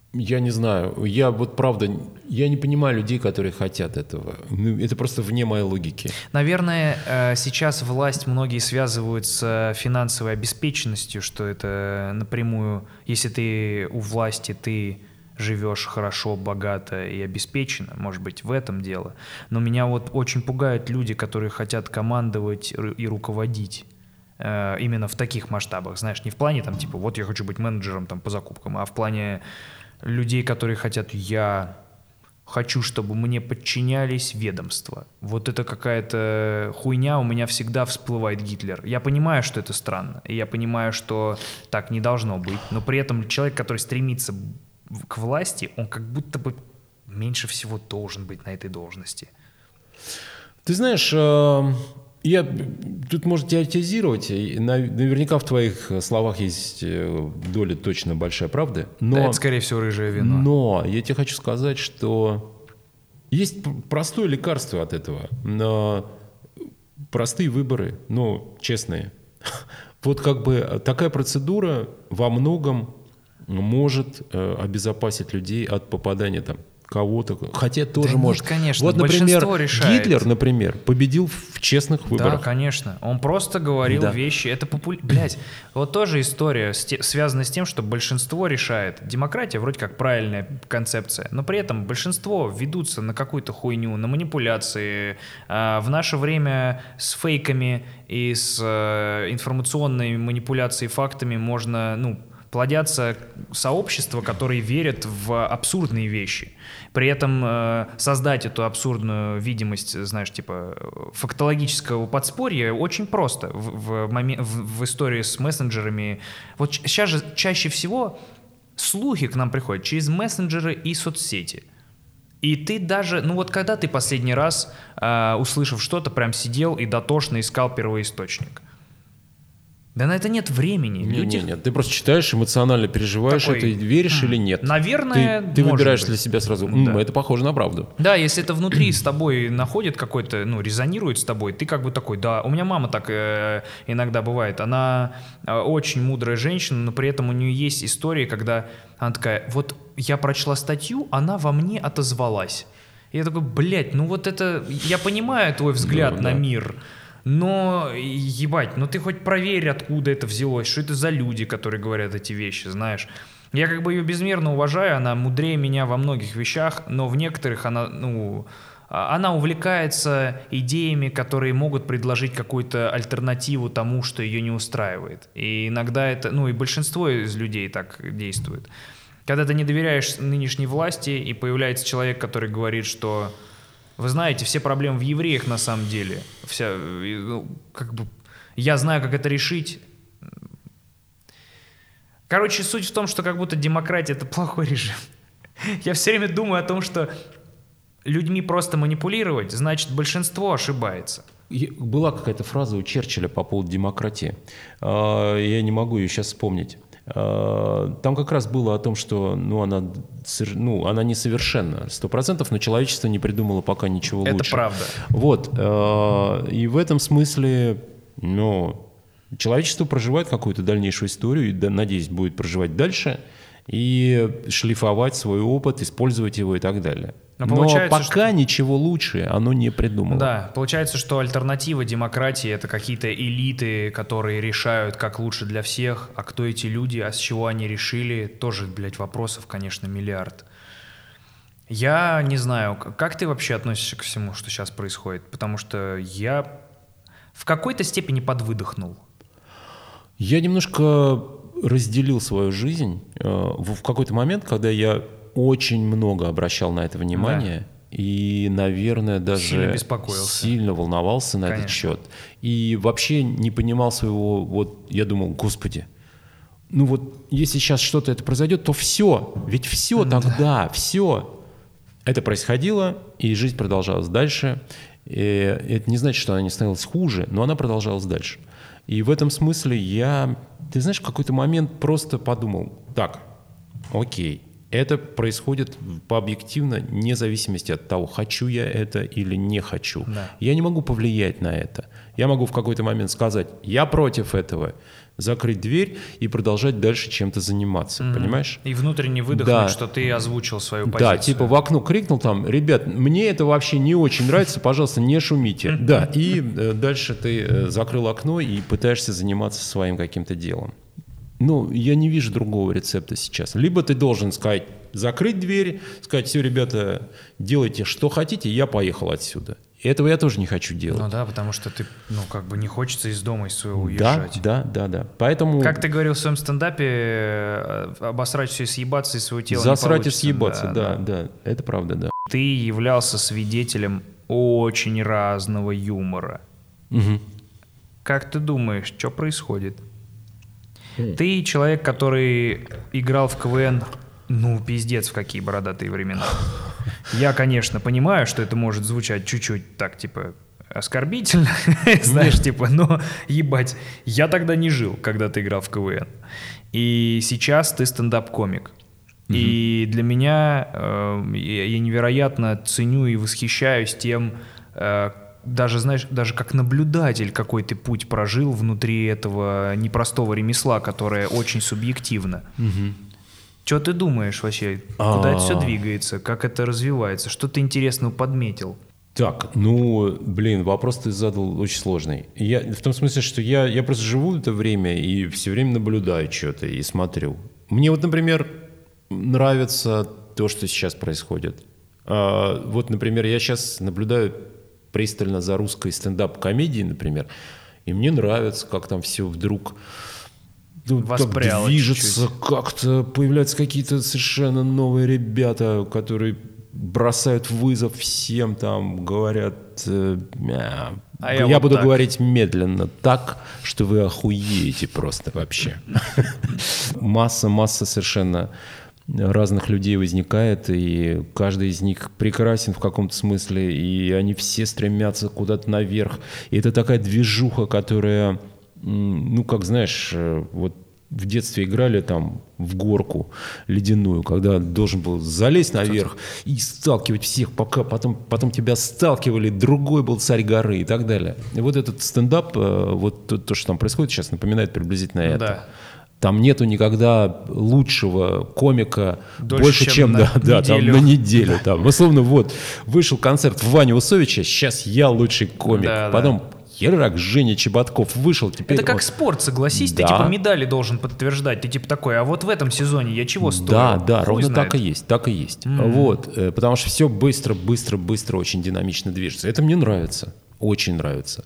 Я не знаю. Я вот правда, я не понимаю людей, которые хотят этого. Это просто вне моей логики. Наверное, сейчас власть многие связывают с финансовой обеспеченностью, что это напрямую, если ты у власти, ты живешь хорошо, богато и обеспеченно, может быть, в этом дело. Но меня вот очень пугают люди, которые хотят командовать и руководить. Именно в таких масштабах, знаешь, не в плане там типа вот я хочу быть менеджером там по закупкам, а в плане людей, которые хотят, я хочу, чтобы мне подчинялись ведомства. Вот это какая-то хуйня, у меня всегда всплывает Гитлер. Я понимаю, что это странно, и я понимаю, что так не должно быть, но при этом человек, который стремится к власти, он как будто бы меньше всего должен быть на этой должности. Ты знаешь, я тут можно теоретизировать, и наверняка в твоих словах есть доля точно большая правды. Но, да, это, скорее всего, рыжее вино. Но я тебе хочу сказать, что есть простое лекарство от этого. Но простые выборы, но честные. Вот как бы такая процедура во многом может обезопасить людей от попадания там кого-то, хотя тоже да может. Нет, конечно, вот, например, решает. Гитлер, например, победил в честных выборах. Да, конечно. Он просто говорил вещи. Это Блядь, вот тоже история связана с тем, что большинство решает. Демократия вроде как правильная концепция, но при этом большинство ведутся на какую-то хуйню, на манипуляции. В наше время с фейками и с информационной манипуляцией фактами можно, плодятся сообщества, которые верят в абсурдные вещи. При этом создать эту абсурдную видимость, знаешь, типа фактологического подспорья очень просто в истории с мессенджерами. Вот сейчас же чаще всего слухи к нам приходят через мессенджеры и соцсети. И ты даже, когда ты последний раз, услышав что-то, прям сидел и дотошно искал первоисточник? Да на это нет времени. Нет, ты просто читаешь, эмоционально переживаешь это и веришь или нет. Наверное, ты выбираешь для себя сразу, это похоже на правду. Да, если это внутри с тобой находит какой-то, резонирует с тобой, ты как бы такой, да, у меня мама так иногда бывает, она очень мудрая женщина, но при этом у нее есть история, когда она такая, вот я прочла статью, она во мне отозвалась. И я такой, блядь, это, я понимаю твой взгляд на мир, но, ебать, ты хоть проверь, откуда это взялось, что это за люди, которые говорят эти вещи, знаешь. Я как бы ее безмерно уважаю, она мудрее меня во многих вещах, но в некоторых она увлекается идеями, которые могут предложить какую-то альтернативу тому, что ее не устраивает. И иногда это, и большинство из людей так действует. Когда ты не доверяешь нынешней власти, и появляется человек, который говорит, что... Вы знаете, все проблемы в евреях на самом деле. Я знаю, как это решить. Короче, суть в том, что как будто демократия — это плохой режим. Я все время думаю о том, что людьми просто манипулировать, значит, большинство ошибается. Была какая-то фраза у Черчилля по поводу демократии. Я не могу ее сейчас вспомнить. Там как раз было о том, что она несовершенна 100%, но человечество не придумало пока ничего лучше. Это правда. Вот. И в этом смысле человечество проживает какую-то дальнейшую историю и, надеюсь, будет проживать дальше и шлифовать свой опыт, использовать его и так далее. Но пока ничего лучше оно не придумало. Да, получается, что альтернатива демократии — это какие-то элиты, которые решают, как лучше для всех, а кто эти люди, а с чего они решили, тоже, вопросов, конечно, миллиард. Я не знаю, как ты вообще относишься ко всему, что сейчас происходит, потому что я в какой-то степени подвыдохнул. Я немножко разделил свою жизнь в какой-то момент, когда я очень много обращал на это внимание и, наверное, даже сильно волновался на этот счет. И вообще не понимал своего... я думал, господи, если сейчас что-то это произойдет, то все. Ведь все тогда, все. Это происходило, и жизнь продолжалась дальше. И это не значит, что она не становилась хуже, но она продолжалась дальше. И в этом смысле ты знаешь, в какой-то момент просто подумал, так, окей, Это происходит по объективно, вне зависимости от того, хочу я это или не хочу. Да. Я не могу повлиять на это. Я могу в какой-то момент сказать, я против этого, закрыть дверь и продолжать дальше чем-то заниматься, понимаешь? И внутренне выдохнуть, Да. что ты озвучил свою позицию. Да, типа в окно крикнул там, ребят, мне это вообще не очень нравится, пожалуйста, не шумите. Да, и дальше ты закрыл окно и пытаешься заниматься своим каким-то делом. Ну, я не вижу другого рецепта сейчас. Либо ты должен сказать, закрыть дверь, сказать, все, ребята, делайте, что хотите, я поехал отсюда. И этого я тоже не хочу делать. Ну да, потому что ты, как бы не хочется из дома из своего Да, уезжать. да. Поэтому Как ты говорил в своем стендапе, обосрать все и съебаться из своего тела не засрать и получится. съебаться, да. Это правда, да. Ты являлся свидетелем очень разного юмора. Мгм. Как ты думаешь, что происходит? Ты человек, который играл в КВН, пиздец, в какие бородатые времена. Я, конечно, понимаю, что это может звучать чуть-чуть так, типа, оскорбительно, знаешь, типа, но, ебать, я тогда не жил, когда ты играл в КВН. И сейчас ты стендап-комик. И для меня я невероятно ценю и восхищаюсь тем, даже, знаешь, даже как наблюдатель, какой ты путь прожил внутри этого непростого ремесла, которое очень субъективно. Что ты думаешь вообще? Куда это все двигается? Как это развивается? Что ты интересного подметил? Так, вопрос ты задал очень сложный. В том смысле, что я просто живу это время и все время наблюдаю что-то и смотрю. Мне вот, например, нравится то, что сейчас происходит. Вот, например, я сейчас наблюдаю пристально за русской стендап-комедией, например, и мне нравится, как там все вдруг Воспряло так движется, чуть-чуть. как-то появляются какие-то совершенно новые ребята, которые бросают вызов всем, там говорят, я буду так. говорить медленно, так, что вы охуеете просто вообще. Масса совершенно разных людей возникает, и каждый из них прекрасен в каком-то смысле, и они все стремятся куда-то наверх. И это такая движуха, которая, как знаешь, вот в детстве играли там в горку ледяную, когда должен был залезть наверх и сталкивать всех, пока потом тебя сталкивали, другой был царь горы и так далее. И вот этот стендап, вот то, что там происходит сейчас, напоминает приблизительно это. Да. Там нету никогда лучшего комика больше, чем на неделю. на неделю. Там. Условно, вот, вышел концерт Вани Усовича, сейчас я лучший комик. Да, Потом херак, Женя Чеботков вышел. Теперь Это как спорт, согласись, ты Да. типа медали должен подтверждать. Ты типа такой, а вот в этом сезоне я чего стою? Да, Хуй ровно знает. так и есть. Вот, потому что все быстро, очень динамично движется. Это мне нравится, очень нравится.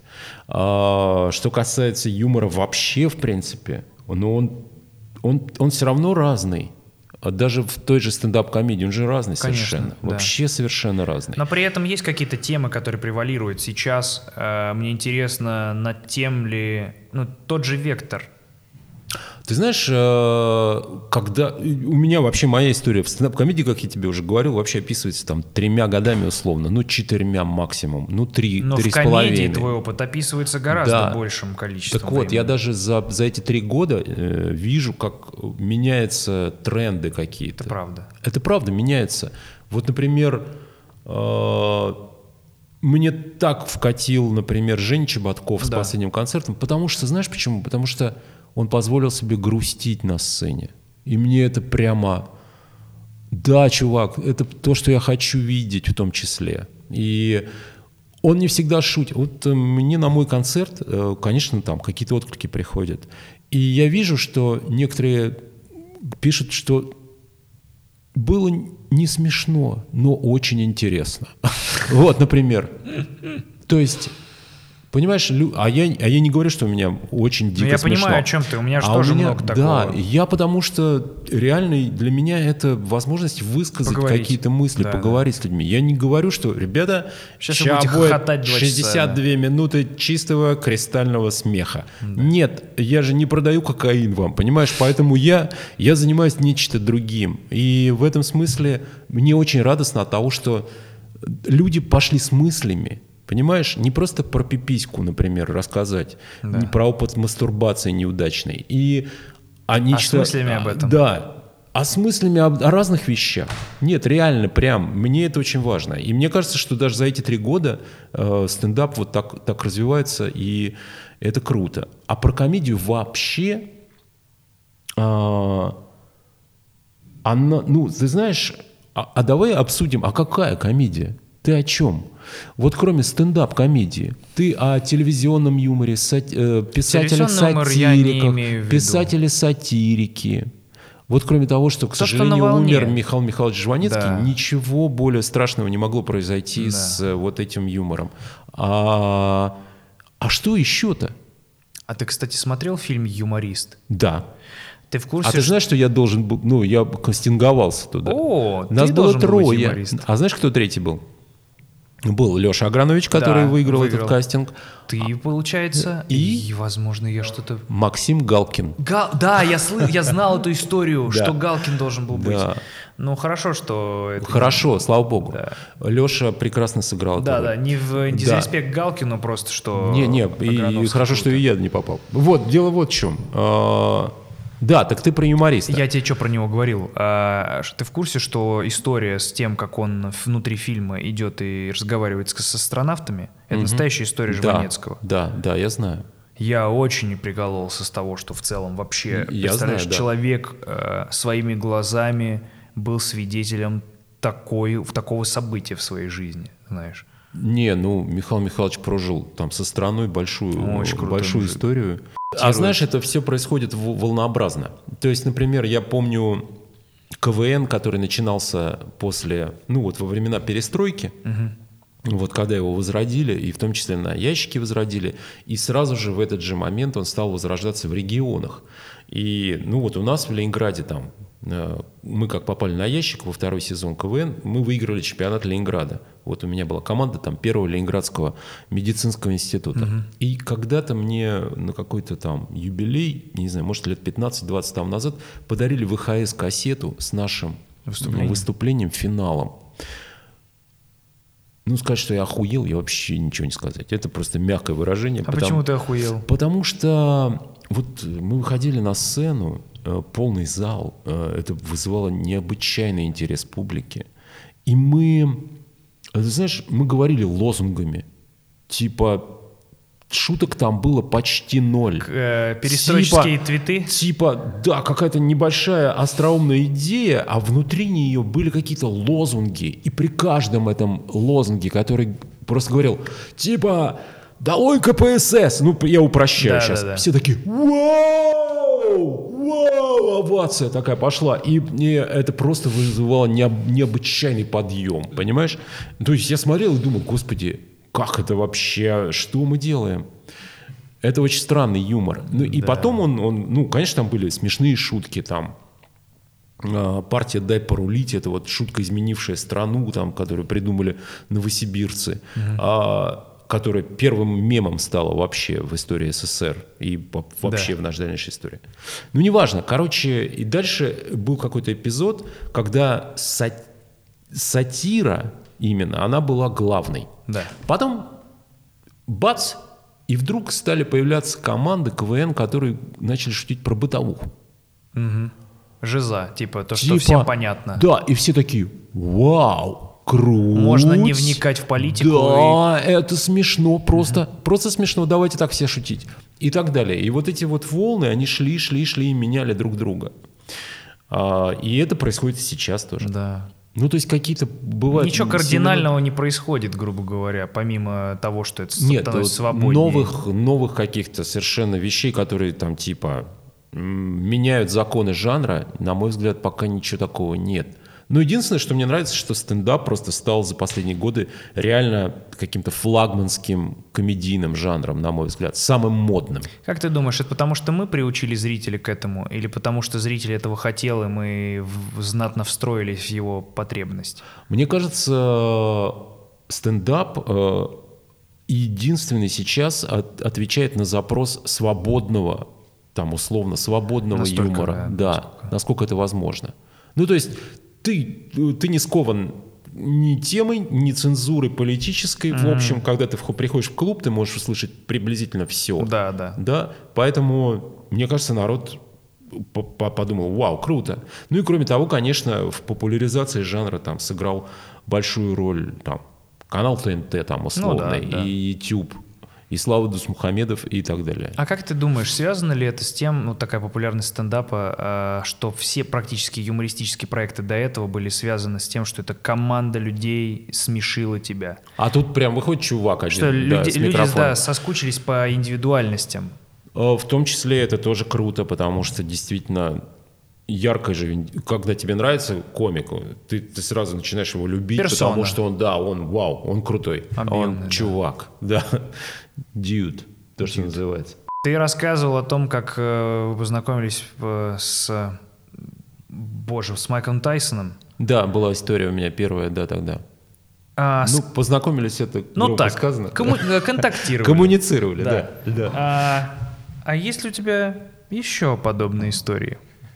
Что касается юмора вообще, в принципе, он все равно разный. Даже в той же стендап-комедии он же разный. Конечно, совершенно. да. Вообще совершенно разный. Но при этом есть какие-то темы, которые превалируют сейчас. Мне интересно, над тем ли... тот же вектор. Ты знаешь, когда... У меня вообще моя история в стендап-комедии, как я тебе уже говорил, вообще описывается там 3 годами условно, 4 максимум, 3, Но 3,5. в комедии твой опыт описывается гораздо большим количеством Так вот, я времени. даже за эти 3 года вижу, как меняются тренды какие-то. Это правда. Это правда меняется. Вот, например, мне так вкатил, например, Женя Чеботков с Да. последним концертом, потому что, знаешь почему? Потому что он позволил себе грустить на сцене. И мне это прямо... Да, чувак, это то, что я хочу видеть в том числе. И он не всегда шутит. Вот мне на мой концерт, конечно, там какие-то отклики приходят. И я вижу, что некоторые пишут, что было не смешно, но очень интересно. Вот, например. То есть... Понимаешь, а я не говорю, что у меня очень дико я смешно. понимаю, о чем ты. У меня же А тоже у меня, много да, такого. я потому что реально для меня это возможность высказать Поговорить. какие-то мысли, Да, поговорить с людьми. Я не говорю, что, ребята, Сейчас вы будете будет хохотать 2 часа, 62 минуты чистого кристального смеха. Нет, я же не продаю кокаин вам, понимаешь? Поэтому я занимаюсь нечто другим. И в этом смысле мне очень радостно от того, что люди пошли с мыслями. Понимаешь, не просто про пипиську, например, рассказать, не про опыт мастурбации неудачной. А с мыслями об этом. Да. а с мыслями о разных вещах. Нет, реально, прям, мне это очень важно. И мне кажется, что даже за эти 3 года стендап вот так развивается, и это круто. А про комедию вообще, она, ну, ты знаешь, давай обсудим, а какая комедия? Ты о чем? Вот кроме стендап-комедии, ты о телевизионном юморе, писателе-сатирики. Вот кроме того, что, к сожалению, умер Михаил Михайлович Жванецкий, ничего более страшного не могло произойти с вот этим юмором. А что еще-то? А ты, кстати, смотрел фильм «Юморист»? Да. Ты в курсе? А ты знаешь, что я должен был... Ну, я кастинговался туда. Нас ты было должен 3. быть юморист. А знаешь, кто 3 был? Был Леша Агранович, который выиграл этот кастинг. Ты, получается, и возможно, я что-то... Максим Галкин. Да, я знал эту историю, что Галкин должен был быть. Да. Ну, хорошо, что... Хорошо, слава богу. Да. Леша прекрасно сыграл. Да, не в дизреспект Галкину, просто что... Не, и хорошо, что и я не попал. Вот, дело вот в чем. Да, так ты про юмориста. Я тебе что про него говорил? Ты в курсе, что история с тем, как он внутри фильма идет и разговаривает с астронавтами, это настоящая история Жванецкого? Да, я знаю. Я очень прикололся с того, что в целом вообще, представляешь, человек своими глазами был свидетелем такого события в своей жизни, знаешь. Не, ну, Михаил Михайлович прожил там со страной большую историю. А знаешь, это все происходит волнообразно. То есть, например, я помню КВН, который начинался после, ну вот во времена перестройки, вот когда его возродили, и в том числе на ящике возродили, и сразу же в этот же момент он стал возрождаться в регионах. И, ну вот у нас в Ленинграде там, мы как попали на ящик во 2-й сезон КВН, мы выиграли чемпионат Ленинграда. Вот у меня была команда там 1-го Ленинградского медицинского института. И когда-то мне на какой-то там юбилей, не знаю, может лет 15-20 там назад, подарили ВХС-кассету с нашим выступлением, финалом. Ну, сказать, что я охуел, я вообще ничего не сказать. Это просто мягкое выражение. Почему ты охуел? Потому что вот мы выходили на сцену, полный зал, это вызывало необычайный интерес публики. И мы, ты знаешь, мы говорили лозунгами, типа шуток там было почти 0. Перестроеческие твиты? Типа, да, какая-то небольшая остроумная идея, а внутри нее были какие-то лозунги. И при каждом этом лозунге, который просто говорил, типа, долой КПСС, ну, я упрощаю сейчас. Все такие, вау, овация такая пошла. И это просто вызывало необычайный подъем, понимаешь? То есть я смотрел и думал, господи, как это вообще, что мы делаем? Это очень странный юмор. Ну, и потом он, ну, конечно, там были смешные шутки, там, партия «Дай порулить», это вот шутка, изменившая страну, там, которую придумали новосибирцы, которая первым мемом стала вообще в истории СССР и вообще в нашей дальнейшей истории. Ну, неважно. Короче, и дальше был какой-то эпизод, когда сатира именно, она была главной. Да. Потом, бац, и вдруг стали появляться команды КВН, которые начали шутить про бытовуху. Жиза, типа то, что всем понятно. Да, и все такие, вау, круто. Можно не вникать в политику. Да, это смешно, просто смешно, давайте так все шутить. И так далее. И вот эти вот волны, они шли и меняли друг друга. И это происходит и сейчас тоже. Да. Ну, то есть какие-то бывают... Ничего кардинального не происходит, грубо говоря, помимо того, что это становится свободнее. Новых каких-то совершенно вещей, которые там типа меняют законы жанра, на мой взгляд, пока ничего такого нет. Но единственное, что мне нравится, что стендап просто стал за последние годы реально каким-то флагманским комедийным жанром, на мой взгляд, самым модным. Как ты думаешь, это потому что мы приучили зрителей к этому, или потому что зритель этого хотел, и мы знатно встроились в его потребность? Мне кажется, стендап единственный сейчас отвечает на запрос свободного, там условно свободного настолько, юмора. Да, насколько это возможно. Ну, то есть ты не скован ни темой, ни цензурой политической. В общем, когда ты приходишь в клуб, ты можешь услышать приблизительно все. Да. Поэтому, мне кажется, народ подумал, вау, круто. Ну и кроме того, конечно, в популяризации жанра там сыграл большую роль там канал ТНТ там условный, да. и YouTube, и Слава Дусмухамедов и так далее. А как ты думаешь, связано ли это с тем, ну, такая популярность стендапа, что все практически юмористические проекты до этого были связаны с тем, что это команда людей смешила тебя? А тут прям выходит чувак один, Что да, люди, с микрофоном. соскучились по индивидуальностям. В том числе это тоже круто, потому что действительно ярко же, когда тебе нравится комик, ты сразу начинаешь его любить, Персона. потому что он крутой, Объемный, он чувак, да, дьюд, то, что называется. Ты рассказывал о том, как вы познакомились с Майклом Тайсоном. Да, была история у меня первая, да, тогда. Познакомились, это громко сказано. Контактировали. Коммуницировали, да. А есть ли у тебя еще подобные истории?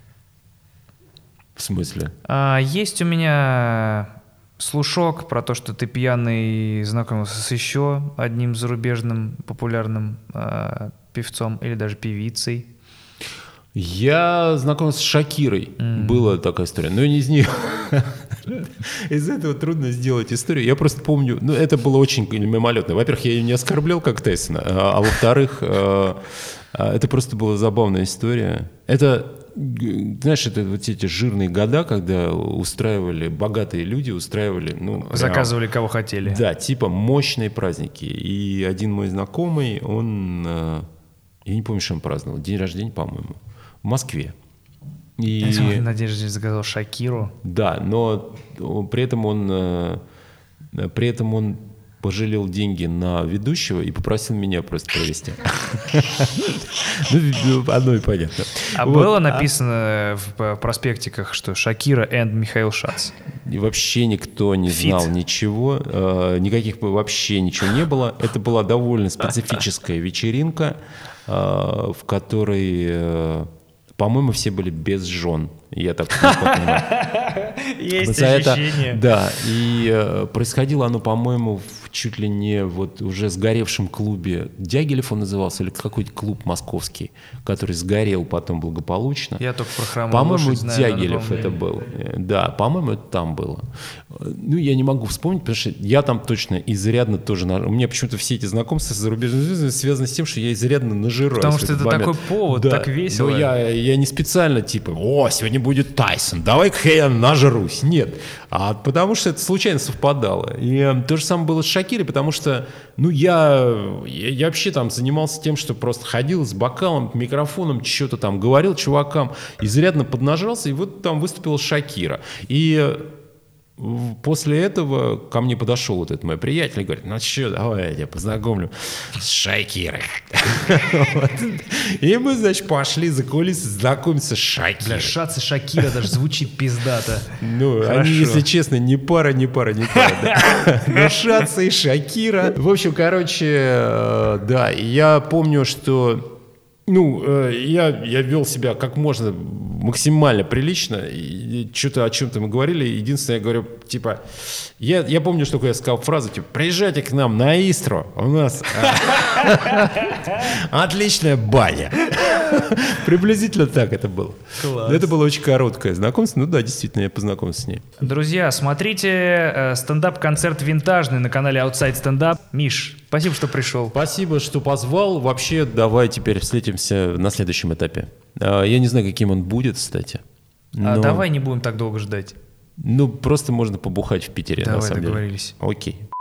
В смысле? Есть у меня слушок про то, что ты пьяный знакомился с еще одним зарубежным популярным певцом или даже певицей. Я знакомился с Шакирой. Была такая история. Но не из нее. Из этого трудно сделать историю. Я просто помню, это было очень мимолетно. Во-первых, я ее не оскорблял как Тайсона, а во-вторых, это просто была забавная история. Это, знаешь, это вот эти жирные года, когда богатые люди устраивали... Заказывали кого хотели. Да, типа мощные праздники. И один мой знакомый, он... Я не помню, что он праздновал. День рождения, по-моему. В Москве. Я на день рождения заказал Шакиру. Да, но при этом он пожалел деньги на ведущего и попросил меня просто провести. Одно и понятно. Было написано в проспектиках, что Шакира and Михаил Шац? И вообще никто не знал ничего, никаких вообще ничего не было. Это была довольно специфическая вечеринка, в которой... По-моему, все были без жен. Я так понимаю. Есть ощущение. Да, и происходило оно, по-моему, чуть ли не вот уже сгоревшем клубе. Дягилев он назывался, или какой-то клуб московский, который сгорел потом благополучно. Я только про храм. По-моему, Дягилев это был. Да, по-моему, это там было. Я не могу вспомнить, потому что я там точно изрядно тоже... У меня почему-то все эти знакомства с зарубежными звездами связаны с тем, что я изрядно нажираюсь. Потому что это такой повод, так весело. Но я не специально типа, сегодня будет Тайсон, давай-ка я нажрусь. Нет. А потому что это случайно совпадало. И то же самое было с Шакирой, потому что, я вообще там занимался тем, что просто ходил с бокалом, микрофоном, что-то там говорил чувакам, изрядно поднажрался, и вот там выступила Шакира. И после этого ко мне подошел вот этот мой приятель и говорит, давай я тебя познакомлю с Шакирой. И мы, значит, пошли за кулисы знакомиться с Шакирой. Бля, Шац и Шакира даже звучит пиздато. Они, если честно, не пара. Но Шац и Шакира. В общем, короче, да, я помню, что... я вел себя как можно максимально прилично, и что-то о чем-то мы говорили. Единственное, я говорю, типа, я помню, что я сказал фразу, типа, приезжайте к нам на Истру, у нас отличная баня. Приблизительно так это было. Класс. Это было очень короткое знакомство. Да, действительно, я познакомился с ней. Друзья, смотрите стендап-концерт «Винтажный» на канале Outside Stand Up. Миш, спасибо, что пришел. Спасибо, что позвал. Вообще, давай теперь встретимся на следующем этапе. Я не знаю, каким он будет, кстати. Давай не будем так долго ждать. Просто можно побухать в Питере, давай, на самом деле. Договорились. Окей.